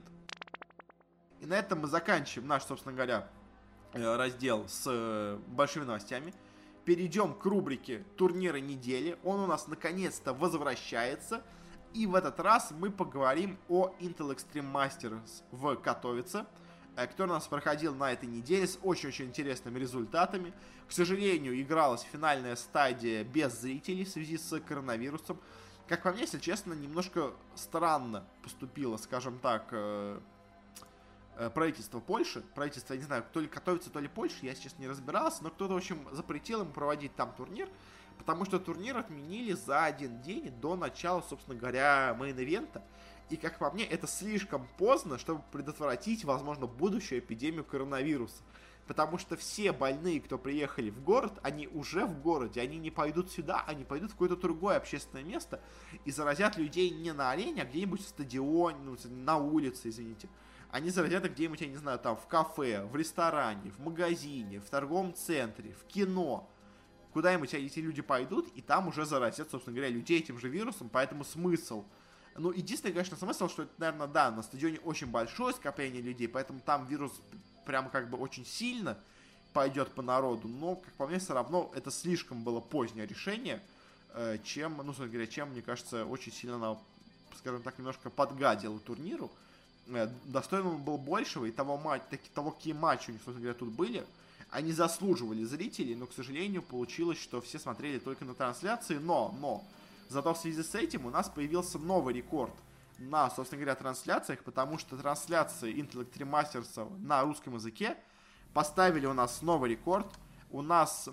И на этом мы заканчиваем наш, собственно говоря, раздел с большими новостями. Перейдем к рубрике «Турниры недели». Он у нас наконец-то возвращается. И в этот раз мы поговорим о Intel Extreme Masters в Катовице, который у нас проходил на этой неделе с очень-очень интересными результатами. К сожалению, игралась финальная стадия без зрителей в связи с коронавирусом. Как по мне, если честно, немножко странно поступило, скажем так, правительство Польши. Правительство, я не знаю, то ли Катовица, то ли Польша, я сейчас не разбирался, но кто-то, в общем, запретил им проводить там турнир, потому что турнир отменили за один день до начала, собственно говоря, мейн-ивента. И, как по мне, это слишком поздно, чтобы предотвратить, возможно, будущую эпидемию коронавируса. Потому что все больные, кто приехали в город, они уже в городе, они не пойдут сюда, они пойдут в какое-то другое общественное место и заразят людей не на арене, а где-нибудь в стадионе, на улице, извините. Они заразят их где-нибудь, я не знаю, там, в кафе, в ресторане, в магазине, в торговом центре, в кино. Куда-нибудь эти люди пойдут, и там уже заразят, собственно говоря, людей этим же вирусом, поэтому смысл. Ну, единственный, конечно, смысл, что это, наверное, да, на стадионе очень большое скопление людей, поэтому там вирус прямо как бы очень сильно пойдет по народу, но, как по мне, все равно это слишком было позднее решение, чем, мне кажется, очень сильно, скажем так, немножко подгадило турниру. Достойно он был большего, и того, какие матчи у них, собственно говоря, тут были, они заслуживали зрителей, но, к сожалению, получилось, что все смотрели только на трансляции, но зато в связи с этим у нас появился новый рекорд на, собственно говоря, трансляциях, потому что трансляции Intel Extreme Masters на русском языке поставили у нас новый рекорд. У нас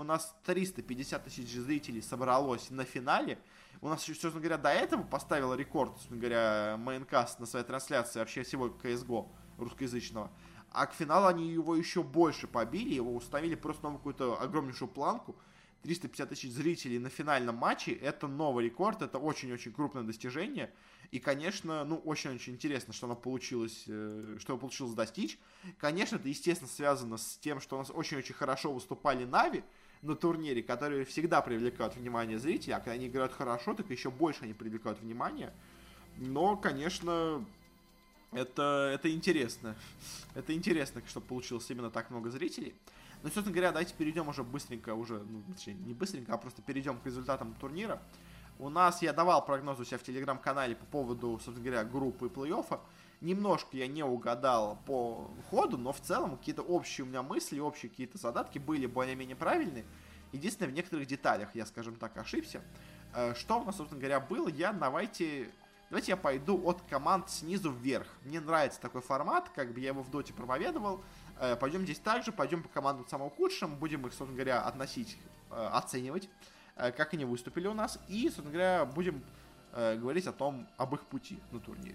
350 тысяч зрителей собралось на финале. У нас, собственно говоря, до этого поставил рекорд, собственно говоря, Майнкаст на своей трансляции вообще всего CSGO русскоязычного. А к финалу они его еще больше побили, его установили просто новую какую-то огромнейшую планку. 350 тысяч зрителей на финальном матче, это новый рекорд, это очень-очень крупное достижение. И, конечно, ну, очень-очень интересно, что оно получилось, что получилось достичь. Конечно, это, естественно, связано с тем, что у нас очень-очень хорошо выступали Нави на турнире, которые всегда привлекают внимание зрителей, а когда они играют хорошо, так еще больше они привлекают внимание. Но, конечно, это интересно. Это интересно, что получилось именно так много зрителей. Но, собственно говоря, давайте перейдем уже быстренько, ну, точнее, не быстренько, а просто перейдем к результатам турнира. У нас, я давал прогноз у себя в телеграм-канале по поводу, собственно говоря, группы и плей-оффа. Немножко я не угадал по ходу, но в целом какие-то общие у меня мысли, общие какие-то задатки были более-менее правильные. Единственное, в некоторых деталях я, скажем так, ошибся. Что у нас, собственно говоря, было, давайте я пойду от команд снизу вверх. Мне нравится такой формат, как бы я его в доте проповедовал. Пойдем здесь также, пойдем по командам самым худшим, будем их, собственно говоря, оценивать, как они выступили у нас, и, собственно говоря, будем говорить об их пути на турнире.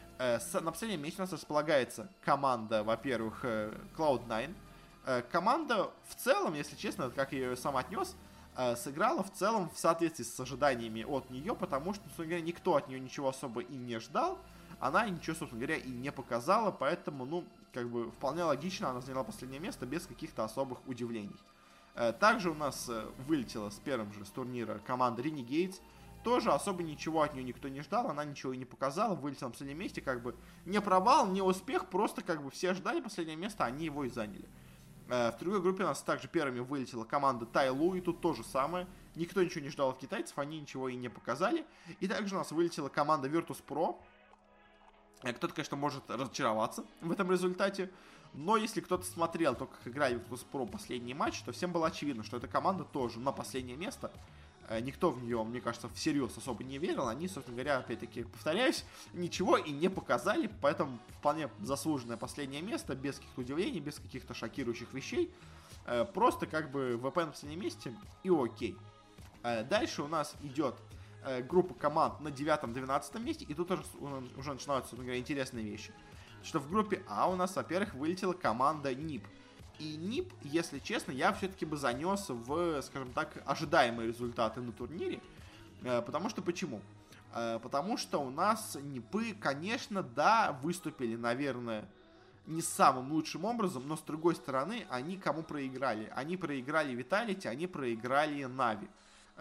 На последнем месте у нас располагается команда, во-первых, Cloud9. Команда в целом, если честно, как я ее сам отнес, сыграла в целом в соответствии с ожиданиями от нее, потому что, собственно говоря, никто от нее ничего особо и не ждал. Она ничего, собственно говоря, и не показала, поэтому, ну, как бы вполне логично, она заняла последнее место без каких-то особых удивлений. Также у нас вылетела с первым же с турнира команда Renegades. Тоже особо ничего от нее никто не ждал, она ничего и не показала, вылетела на последнем месте, как бы не провал, не успех, просто как бы все ждали последнее место, они его и заняли. В другой группе у нас также первыми вылетела команда Тайлу, и тут то же самое. Никто ничего не ждал от китайцев, они ничего и не показали. И также у нас вылетела команда Virtus.pro. Кто-то, конечно, может разочароваться в этом результате, но если кто-то смотрел то, как играли Virtus.pro последний матч, то всем было очевидно, что эта команда тоже на последнее место. Никто в нее, мне кажется, всерьез особо не верил. Они, собственно говоря, опять-таки, повторяюсь, ничего и не показали, поэтому вполне заслуженное последнее место, без каких-то удивлений, без каких-то шокирующих вещей. Просто как бы ВП на последнем месте и окей. Дальше у нас идет группа команд на 9-12 месте, и тут уже начинаются, собственно говоря, интересные вещи. Что в группе А у нас, во-первых, вылетела команда НИП. И НИП, если честно, я все-таки бы занес в, скажем так, ожидаемые результаты на турнире. Потому что почему? Потому что у нас НИПы, конечно, да, выступили, наверное, не самым лучшим образом, но с другой стороны, они кому проиграли? Они проиграли Vitality, они проиграли Нави.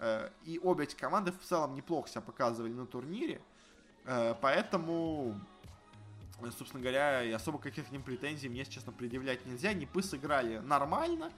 И обе эти команды в целом неплохо себя показывали на турнире. Поэтому, собственно говоря, и особо каких-то к ним претензий мне, честно, предъявлять нельзя. Нипы сыграли нормально,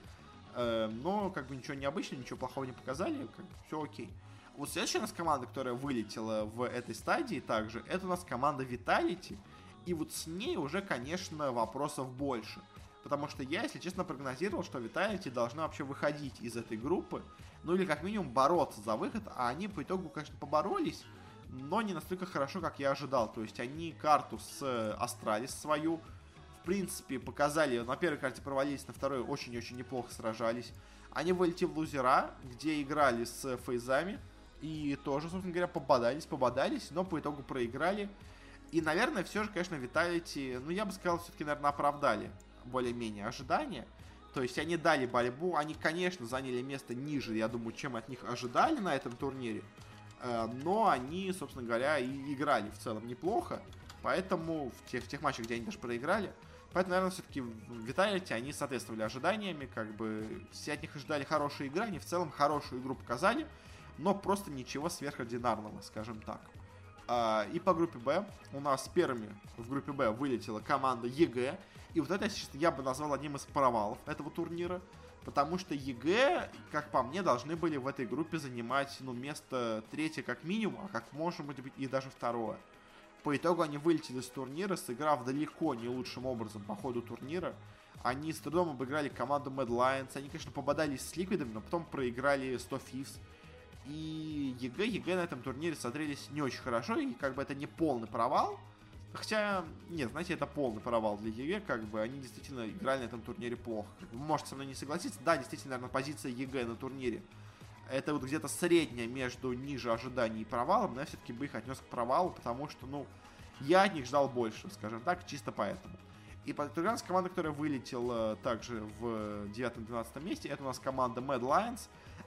но как бы ничего необычного, ничего плохого не показали, как бы все окей. Вот следующая у нас команда, которая вылетела в этой стадии также, это у нас команда Vitality. И вот с ней уже, конечно, вопросов больше. Потому что я, если честно, прогнозировал, что Vitality должны вообще выходить из этой группы. Ну или как минимум бороться за выход. А они по итогу, конечно, поборолись, но не настолько хорошо, как я ожидал. То есть они карту с Astralis свою, в принципе, показали. На первой карте провалились, на второй очень-очень неплохо сражались. Они вылетели в лузера, где играли с фейзами. И тоже, собственно говоря, пободались, но по итогу проиграли. И, наверное, все же, конечно, Vitality, ну, я бы сказал, все-таки, наверное, оправдали более-менее ожидания. То есть они дали борьбу, они, конечно, заняли место ниже, я думаю, чем от них ожидали на этом турнире. Но они, собственно говоря, и играли в целом неплохо. Поэтому в тех матчах, где они даже проиграли. Поэтому, наверное, все-таки Vitality, они соответствовали ожиданиями. Как бы все от них ожидали хорошей игры, они в целом хорошую игру показали. Но просто ничего сверхординарного, скажем так. И по группе Б у нас первыми в группе Б вылетела команда ЕГЭ. И вот это, я бы назвал одним из провалов этого турнира. Потому что ЕГЭ, как по мне, должны были в этой группе занимать, ну, место третье как минимум, а как может быть и даже второе. По итогу они вылетели с турнира, сыграв далеко не лучшим образом по ходу турнира. Они с трудом обыграли команду Mad Lions. Они, конечно, пободались с Ликвидами, но потом проиграли 100 Thieves. И ЕГЭ на этом турнире смотрелись не очень хорошо, и как бы это не полный провал. Хотя, нет, знаете, это полный провал для ЕГЭ, как бы они действительно играли на этом турнире плохо. Вы можете со мной не согласиться, да, действительно, наверное, позиция ЕГЭ на турнире это вот где-то средняя между ниже ожиданий и провалом, но я все-таки бы их отнес к провалу, потому что, ну, я от них ждал больше, скажем так, чисто поэтому. И другая команда, которая вылетела также в 9-12 месте, это у нас команда Mad Lions.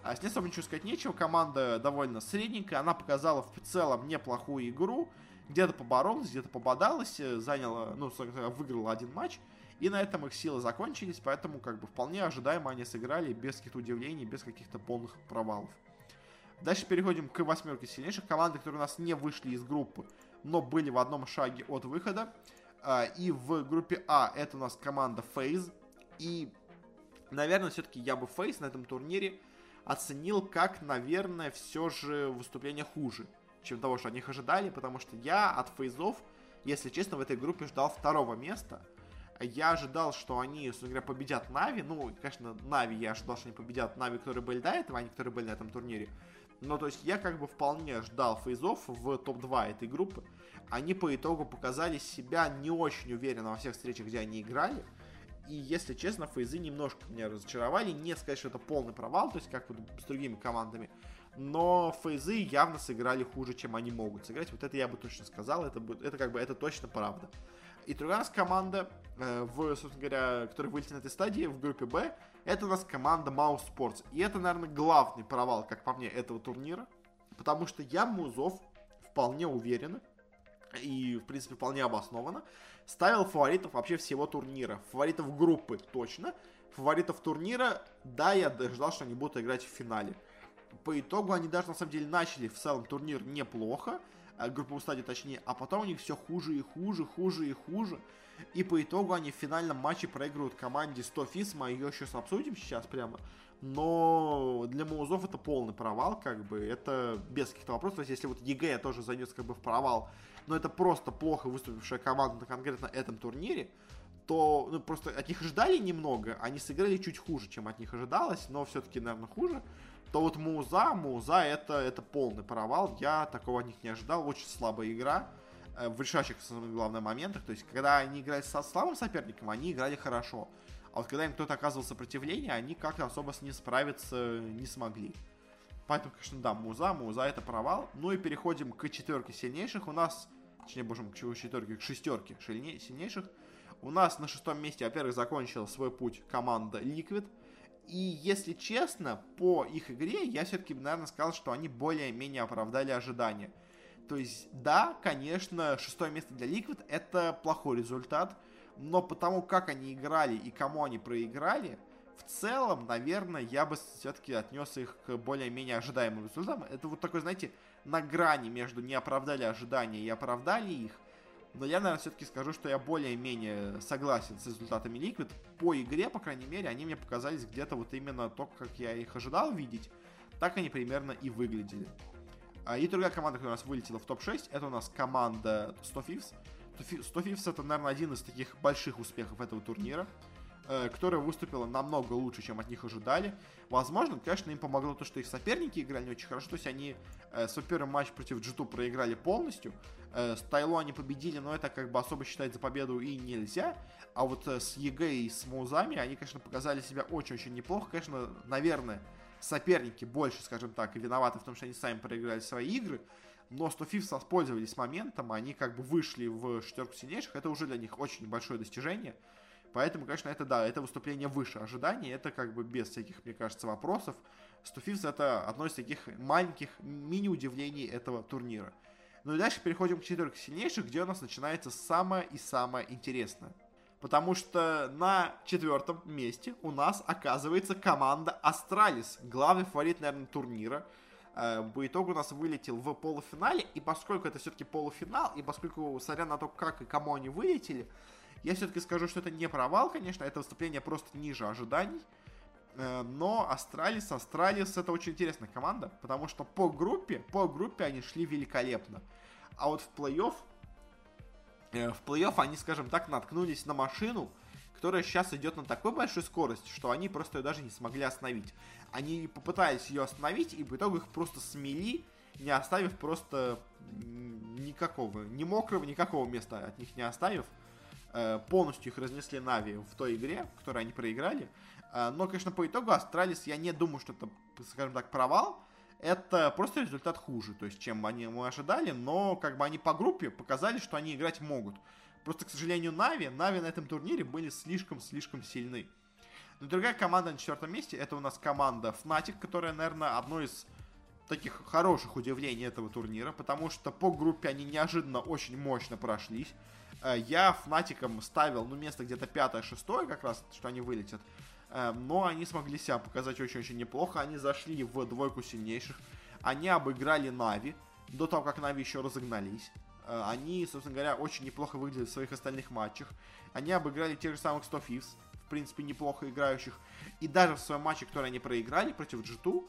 А с ней особо ничего сказать нечего, команда довольно средненькая, она показала в целом неплохую игру, где-то поборолась, где-то пободалась, заняла, ну, выиграла один матч, и на этом их силы закончились, поэтому как бы вполне ожидаемо они сыграли без каких-то удивлений, без каких-то полных провалов. Дальше переходим к восьмерке сильнейших. Команды, которые у нас не вышли из группы, но были в одном шаге от выхода. И в группе А это у нас команда FaZe. И, наверное, все-таки я бы FaZe на этом турнире оценил как, наверное, все же выступление хуже, чем того, что от них ожидали. Потому что я от FaZe'ов, если честно, в этой группе ждал второго места. Я ожидал, что они, собственно говоря, победят Нави. Ну, конечно, Нави я ожидал, что они победят Нави, которые были до этого, а не которые были на этом турнире. Но, то есть, я как бы вполне ждал FaZe'ов в топ-2 этой группы. Они по итогу показали себя не очень уверенно во всех встречах, где они играли. И, если честно, FaZe немножко меня разочаровали. Не сказать, что это полный провал, то есть, как вот с другими командами. Но FaZe явно сыграли хуже, чем они могут сыграть. Вот это я бы точно сказал, это как бы, это точно правда. И другая у нас команда, собственно говоря, которая вылетела на этой стадии, в группе Б, это у нас команда Mouse Sports. И это, наверное, главный провал, как по мне, этого турнира. Потому что я Музов вполне уверенно и, в принципе, вполне обоснованно ставил фаворитов вообще всего турнира. Фаворитов группы точно. Фаворитов турнира, да, я ждал, что они будут играть в финале. По итогу они даже, на самом деле, начали в целом турнир неплохо. Групповую стадию точнее, а потом у них все хуже и хуже, хуже и хуже. И по итогу они в финальном матче проигрывают команде 100 FaZe, мы ее сейчас обсудим сейчас прямо. Но для Маузов это полный провал, как бы, это без каких-то вопросов. То есть, если вот ЕГЭ тоже зайдется как бы в провал, но это просто плохо выступившая команда на конкретно этом турнире, то, ну, просто от них ждали немного, они сыграли чуть хуже, чем от них ожидалось, но все-таки, наверное, хуже. То вот Мауза это полный провал, я такого от них не ожидал, очень слабая игра в решающих, самых главных моментах, то есть, когда они играли со слабым соперником, они играли хорошо, а вот когда им кто-то оказывал сопротивление, они как-то особо с ним справиться не смогли. Поэтому, конечно, да, Мауза это провал. Ну и переходим к четверке сильнейших, у нас, точнее, боже мой, к шестерке сильнейших, у нас на шестом месте, во-первых, закончила свой путь команда Liquid. И, если честно, по их игре я все-таки, наверное, сказал, что они более-менее оправдали ожидания. То есть, да, конечно, шестое место для Liquid это плохой результат, но потому как они играли и кому они проиграли, в целом, наверное, я бы все-таки отнес их к более-менее ожидаемым результатам. Это вот такой, знаете, на грани между не оправдали ожидания и оправдали их. Но я, наверное, все-таки скажу, что я более-менее согласен с результатами Liquid. По игре, по крайней мере, они мне показались где-то вот именно то, как я их ожидал видеть. Так они примерно и выглядели. И другая команда, которая у нас вылетела в топ-6, это у нас команда 100 FaZe. 100 FaZe это, наверное, один из таких больших успехов этого турнира, которая выступила намного лучше, чем от них ожидали. Возможно, конечно, им помогло то, что их соперники играли не очень хорошо. То есть они свой первый матч против G2 проиграли полностью. Тайло они победили, но это как бы особо считать за победу и нельзя. А вот с ЕГЭ и с Маузами они, конечно, показали себя очень-очень неплохо. Конечно, наверное, соперники больше, скажем так, и виноваты в том, что они сами проиграли свои игры. Но 100 FaZe воспользовались моментом, они как бы вышли в шестерку сильнейших. Это уже для них очень большое достижение. Поэтому, конечно, это да, это выступление выше ожиданий, это как бы без всяких, мне кажется, вопросов. 100 FaZe это одно из таких маленьких мини-удивлений этого турнира. Ну и дальше переходим к четверке сильнейших, где у нас начинается самое и самое интересное. Потому что на четвертом месте у нас оказывается команда Astralis, главный фаворит, наверное, турнира. По итогу у нас вылетел в полуфинале, и поскольку это все-таки полуфинал, и поскольку, смотря на то, как и кому они вылетели, я все-таки скажу, что это не провал, конечно, это выступление просто ниже ожиданий. Но Astralis это очень интересная команда, потому что по группе они шли великолепно. А вот в плей-офф они, скажем так, наткнулись на машину, которая сейчас идет на такой большой скорости, что они просто ее даже не смогли остановить. Они попытались ее остановить, и по итогу их просто смели, не оставив просто никакого, ни мокрого, никакого места от них не оставив. Полностью их разнесли Нави в той игре, в которой они проиграли. Но, конечно, по итогу Astralis, я не думаю, что это, скажем так, провал. Это просто результат хуже, то есть, чем мы ожидали. Но, как бы, они по группе показали, что они играть могут. Просто, к сожалению, Нави на этом турнире были слишком сильны. Но другая команда на 4-м месте, это у нас команда Fnatic, которая, наверное, одно из таких хороших удивлений этого турнира, потому что по группе они неожиданно очень мощно прошлись. Я Fnatic'ом ставил, место где-то 5-6 как раз, что они вылетят. Но они смогли себя показать очень-очень неплохо. Они зашли в двойку сильнейших. Они обыграли Нави до того, как Нави еще разогнались. Они, собственно говоря, очень неплохо выглядели в своих остальных матчах. Они обыграли тех же самых 100 Thieves, в принципе, неплохо играющих. И даже в своем матче, который они проиграли против G2,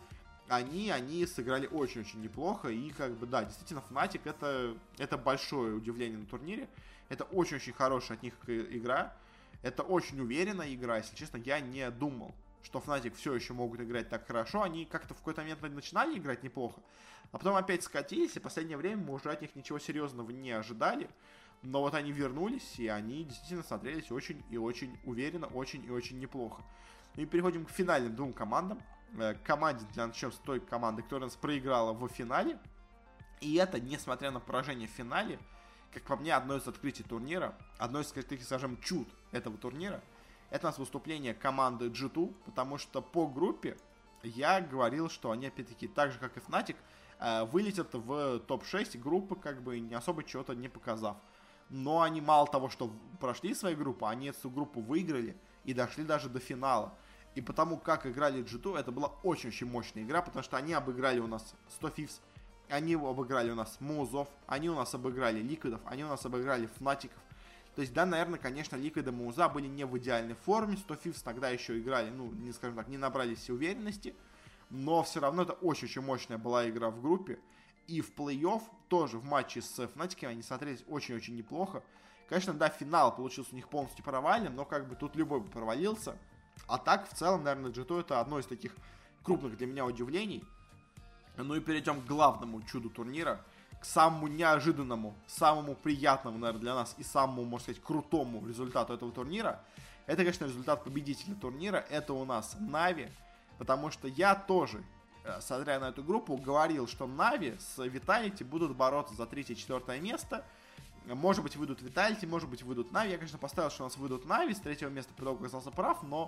они сыграли очень-очень неплохо. И, да, действительно, Fnatic это большое удивление на турнире. Это очень-очень хорошая от них игра. Это очень уверенная игра. Если честно, я не думал, что Fnatic все еще могут играть так хорошо. Они как-то в какой-то момент начинали играть неплохо, а потом опять скатились, и в последнее время мы уже от них ничего серьезного не ожидали. Но вот они вернулись, и они действительно смотрелись очень и очень уверенно, очень и очень неплохо. И переходим к финальным двум командам. Команде, начнем с той команды, которая нас проиграла в финале. И это, несмотря на поражение в финале, как по мне, одно из открытий турнира, одно из таких, скажем, чуд этого турнира, это у нас выступление команды G2, потому что по группе я говорил, что они, опять-таки, так же, как и Fnatic, вылетят в топ-6 группы, не особо чего-то не показав. Но они мало того, что прошли свою группу, они эту группу выиграли и дошли даже до финала. И потому, как играли G2, это была очень-очень мощная игра, потому что они обыграли у нас 100 Thieves, они обыграли у нас Музов, они у нас обыграли Ликвидов, они у нас обыграли Фнатиков. То есть, да, наверное, конечно, Liquid и Муза были не в идеальной форме, 100 Thieves тогда еще играли, не набрались уверенности, но все равно это очень-очень мощная была игра в группе. И в плей-офф тоже в матче с Fnatic они смотрелись очень-очень неплохо. Конечно, да, финал получился у них полностью провальным, но тут любой бы провалился. А так, в целом, наверное, G2 это одно из таких крупных для меня удивлений. Ну и перейдем к главному чуду турнира, к самому неожиданному, самому приятному, наверное, для нас и самому, можно сказать, крутому результату этого турнира. Это, конечно, результат победителя турнира, это у нас Нави, потому что я тоже, смотря на эту группу, говорил, что Нави с Vitality будут бороться за 3-4 место. Может быть, выйдут Vitality, может быть, выйдут Нави. Я, конечно, поставил, что у нас выйдут Нави, с 3-го места по итогу оказался прав, но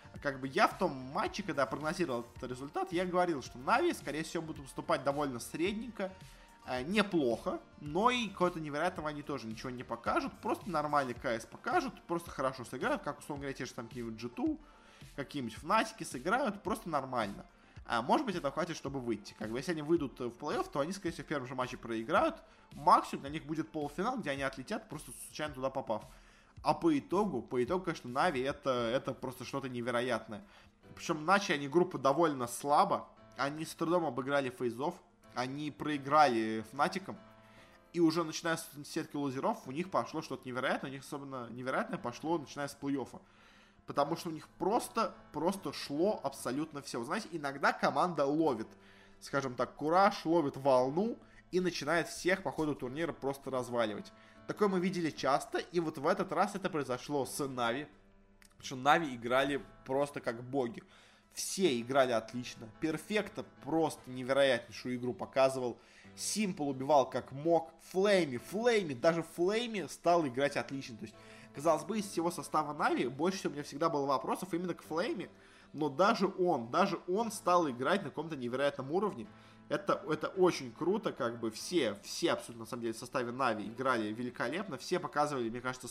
я в том матче, когда прогнозировал этот результат, я говорил, что Нави, скорее всего, будут выступать довольно средненько, неплохо, но и какого-то невероятного они тоже ничего не покажут, просто нормальный КС покажут, просто хорошо сыграют, как, условно говоря, те же там какие-нибудь G2, какие-нибудь Fnatic сыграют, просто нормально. А может быть, это хватит, чтобы выйти. Если они выйдут в плей-офф, то они, скорее всего, в первом же матче проиграют. Максимум для них будет полуфинал, где они отлетят, просто случайно туда попав. А по итогу, конечно, Нави это просто что-то невероятное. Причем начали они группу довольно слабо. Они с трудом обыграли фейзов. Они проиграли Фнатиком. И уже начиная с сетки лузеров, у них пошло что-то невероятное. У них особенно невероятное пошло, начиная с плей-оффа. Потому что у них просто шло абсолютно все. Вы знаете, иногда команда ловит, скажем так, кураж, ловит волну и начинает всех по ходу турнира просто разваливать. Такое мы видели часто, и вот в этот раз это произошло с Нави. Потому что Нави играли просто как боги. Все играли отлично. Перфекто просто невероятнейшую игру показывал. Симпл убивал как мог. Даже Флейми стал играть отлично. То есть, казалось бы, из всего состава Нави больше всего у меня всегда было вопросов именно к Флейме. Но даже он стал играть на каком-то невероятном уровне. Это очень круто, все абсолютно, на самом деле, в составе Нави играли великолепно. Все показывали, мне кажется,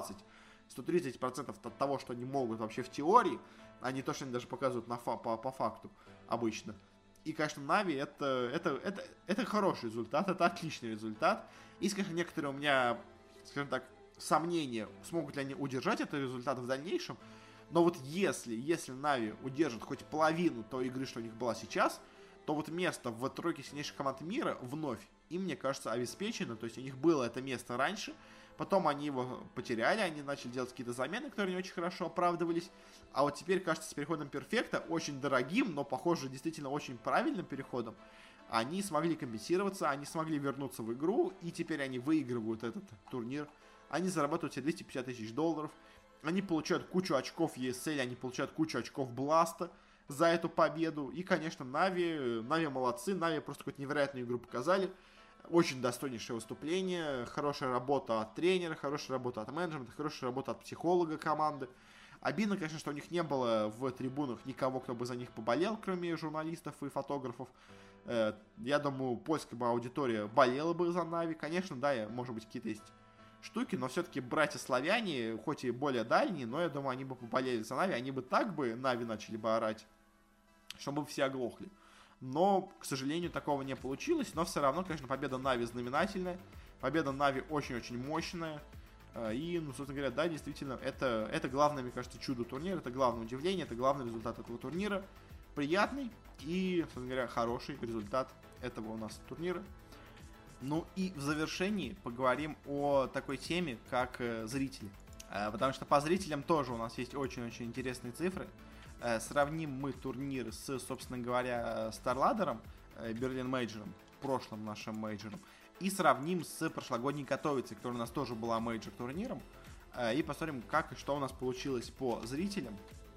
120-130% от того, что они могут вообще в теории, а не то, что они даже показывают по факту обычно. И, конечно, Нави это хороший результат, это отличный результат. И, конечно, некоторые у меня, скажем так, сомнения, смогут ли они удержать этот результат в дальнейшем. Но вот если Нави удержат хоть половину той игры, что у них была сейчас, то вот место в тройке сильнейших команд мира вновь им, мне кажется, обеспечено. То есть у них было это место раньше, потом они его потеряли, они начали делать какие-то замены, которые не очень хорошо оправдывались. А вот теперь, кажется, с переходом Перфекта, очень дорогим, но, похоже, действительно очень правильным переходом, они смогли компенсироваться, они смогли вернуться в игру, и теперь они выигрывают этот турнир. Они зарабатывают себе $250 тысяч, они получают кучу очков ESL, они получают кучу очков Бласта за эту победу. И, конечно, Нави молодцы, Нави просто какую-то невероятную игру показали. Очень достойнейшее выступление, хорошая работа от тренера, хорошая работа от менеджмента, хорошая работа от психолога команды. Обидно, конечно, что у них не было в трибунах никого, кто бы за них поболел, кроме журналистов и фотографов. Я думаю, польская бы аудитория болела бы за Нави. Конечно, да, может быть, какие-то есть штуки, но все-таки братья-славяне, хоть и более дальние, но я думаю, они бы поболели за Нави, они бы так бы Нави начали бы орать, чтобы все оглохли. Но, к сожалению, такого не получилось, но все равно, конечно, победа Нави знаменательная, победа Нави очень-очень мощная. И, ну, собственно говоря, да, действительно, это главное, мне кажется, чудо турнира, это главное удивление, это главный результат этого турнира. Приятный и, собственно говоря, хороший результат этого у нас турнира. Ну и в завершении поговорим о такой теме, как зрители. Потому что по зрителям тоже у нас есть очень-очень интересные цифры. Сравним мы турнир с, собственно говоря, StarLadder, Берлин мейджором, прошлым нашим мейджором, и сравним с прошлогодней Катовицей, которая у нас тоже была мейджор турниром, и посмотрим, как и что у нас получилось по зрителям,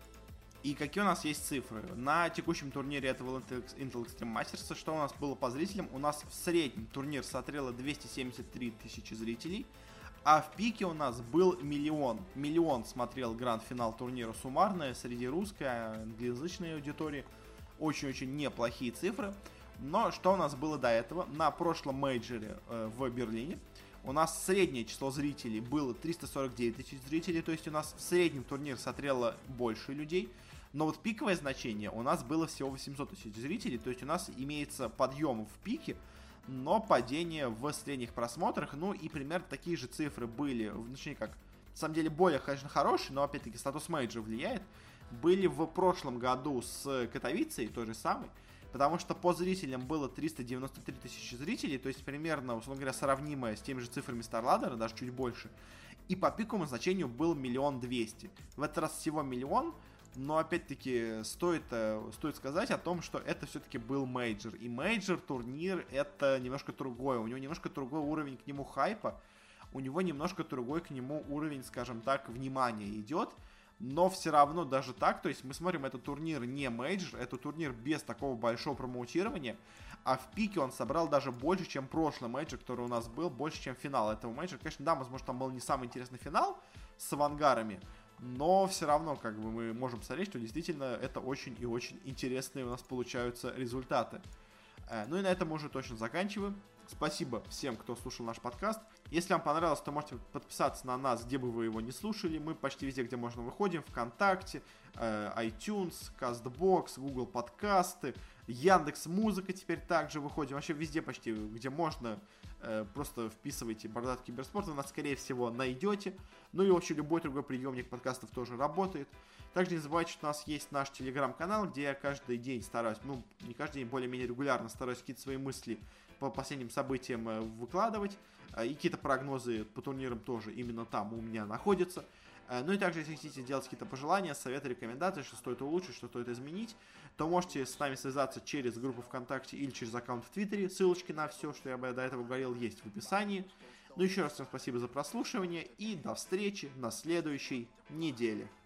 и какие у нас есть цифры. На текущем турнире этого Intel Extreme Masters, что у нас было по зрителям, у нас в среднем турнир смотрело 273 тысячи зрителей, а в пике у нас был миллион. Миллион смотрел гранд-финал турнира суммарно среди русской, англоязычной аудитории. Очень-очень неплохие цифры. Но что у нас было до этого? На прошлом мейджоре в Берлине у нас среднее число зрителей было 349 тысяч зрителей. То есть у нас в среднем турнир смотрело больше людей. Но вот пиковое значение у нас было всего 800 тысяч зрителей. То есть у нас имеется подъем в пике, но падение в средних просмотрах. Ну и примерно такие же цифры были, точнее как, на самом деле более, конечно, хорошие, но опять-таки статус мейджора влияет. Были в прошлом году с Катовицей, той же самой, потому что по зрителям было 393 тысячи зрителей, то есть примерно, условно говоря, сравнимое с теми же цифрами StarLadder, даже чуть больше. И по пиковому значению был 1 200 000. В этот раз всего 1 000 000. Но опять-таки стоит сказать о том, что это все-таки был мейджор. И мейджор турнир это немножко другое. У него немножко другой уровень к нему хайпа. У него немножко другой к нему уровень, скажем так, внимания идет. Но все равно даже так, то есть мы смотрим, это турнир не мейджор, это турнир без такого большого промоутирования. А в пике он собрал даже больше, чем прошлый мейджор, который у нас был, больше, чем финал этого мейджора. Конечно, да, возможно, там был не самый интересный финал с авангарами, но все равно, как бы, мы можем смотреть, что действительно это очень и очень интересные у нас получаются результаты. Ну и на этом мы уже точно заканчиваем. Спасибо всем, кто слушал наш подкаст. Если вам понравилось, то можете подписаться на нас, где бы вы его не слушали. Мы почти везде, где можно, выходим. ВКонтакте, iTunes, CastBox, Google подкасты, Яндекс.Музыка теперь также выходим. Вообще везде почти, где можно. Просто вписывайте «Бородатый киберспорт», вы нас, скорее всего, найдете. Ну и вообще любой другой приемник подкастов тоже работает. Также не забывайте, что у нас есть наш телеграм-канал, где я каждый день стараюсь, ну не каждый день, более-менее регулярно стараюсь какие-то свои мысли по последним событиям выкладывать. И какие-то прогнозы по турнирам тоже именно там у меня находятся. Ну и также, если хотите делать какие-то пожелания, советы, рекомендации, что стоит улучшить, что стоит изменить, то можете с нами связаться через группу ВКонтакте или через аккаунт в Твиттере. Ссылочки на все, что я до этого говорил, есть в описании. Ну еще раз всем спасибо за прослушивание и до встречи на следующей неделе.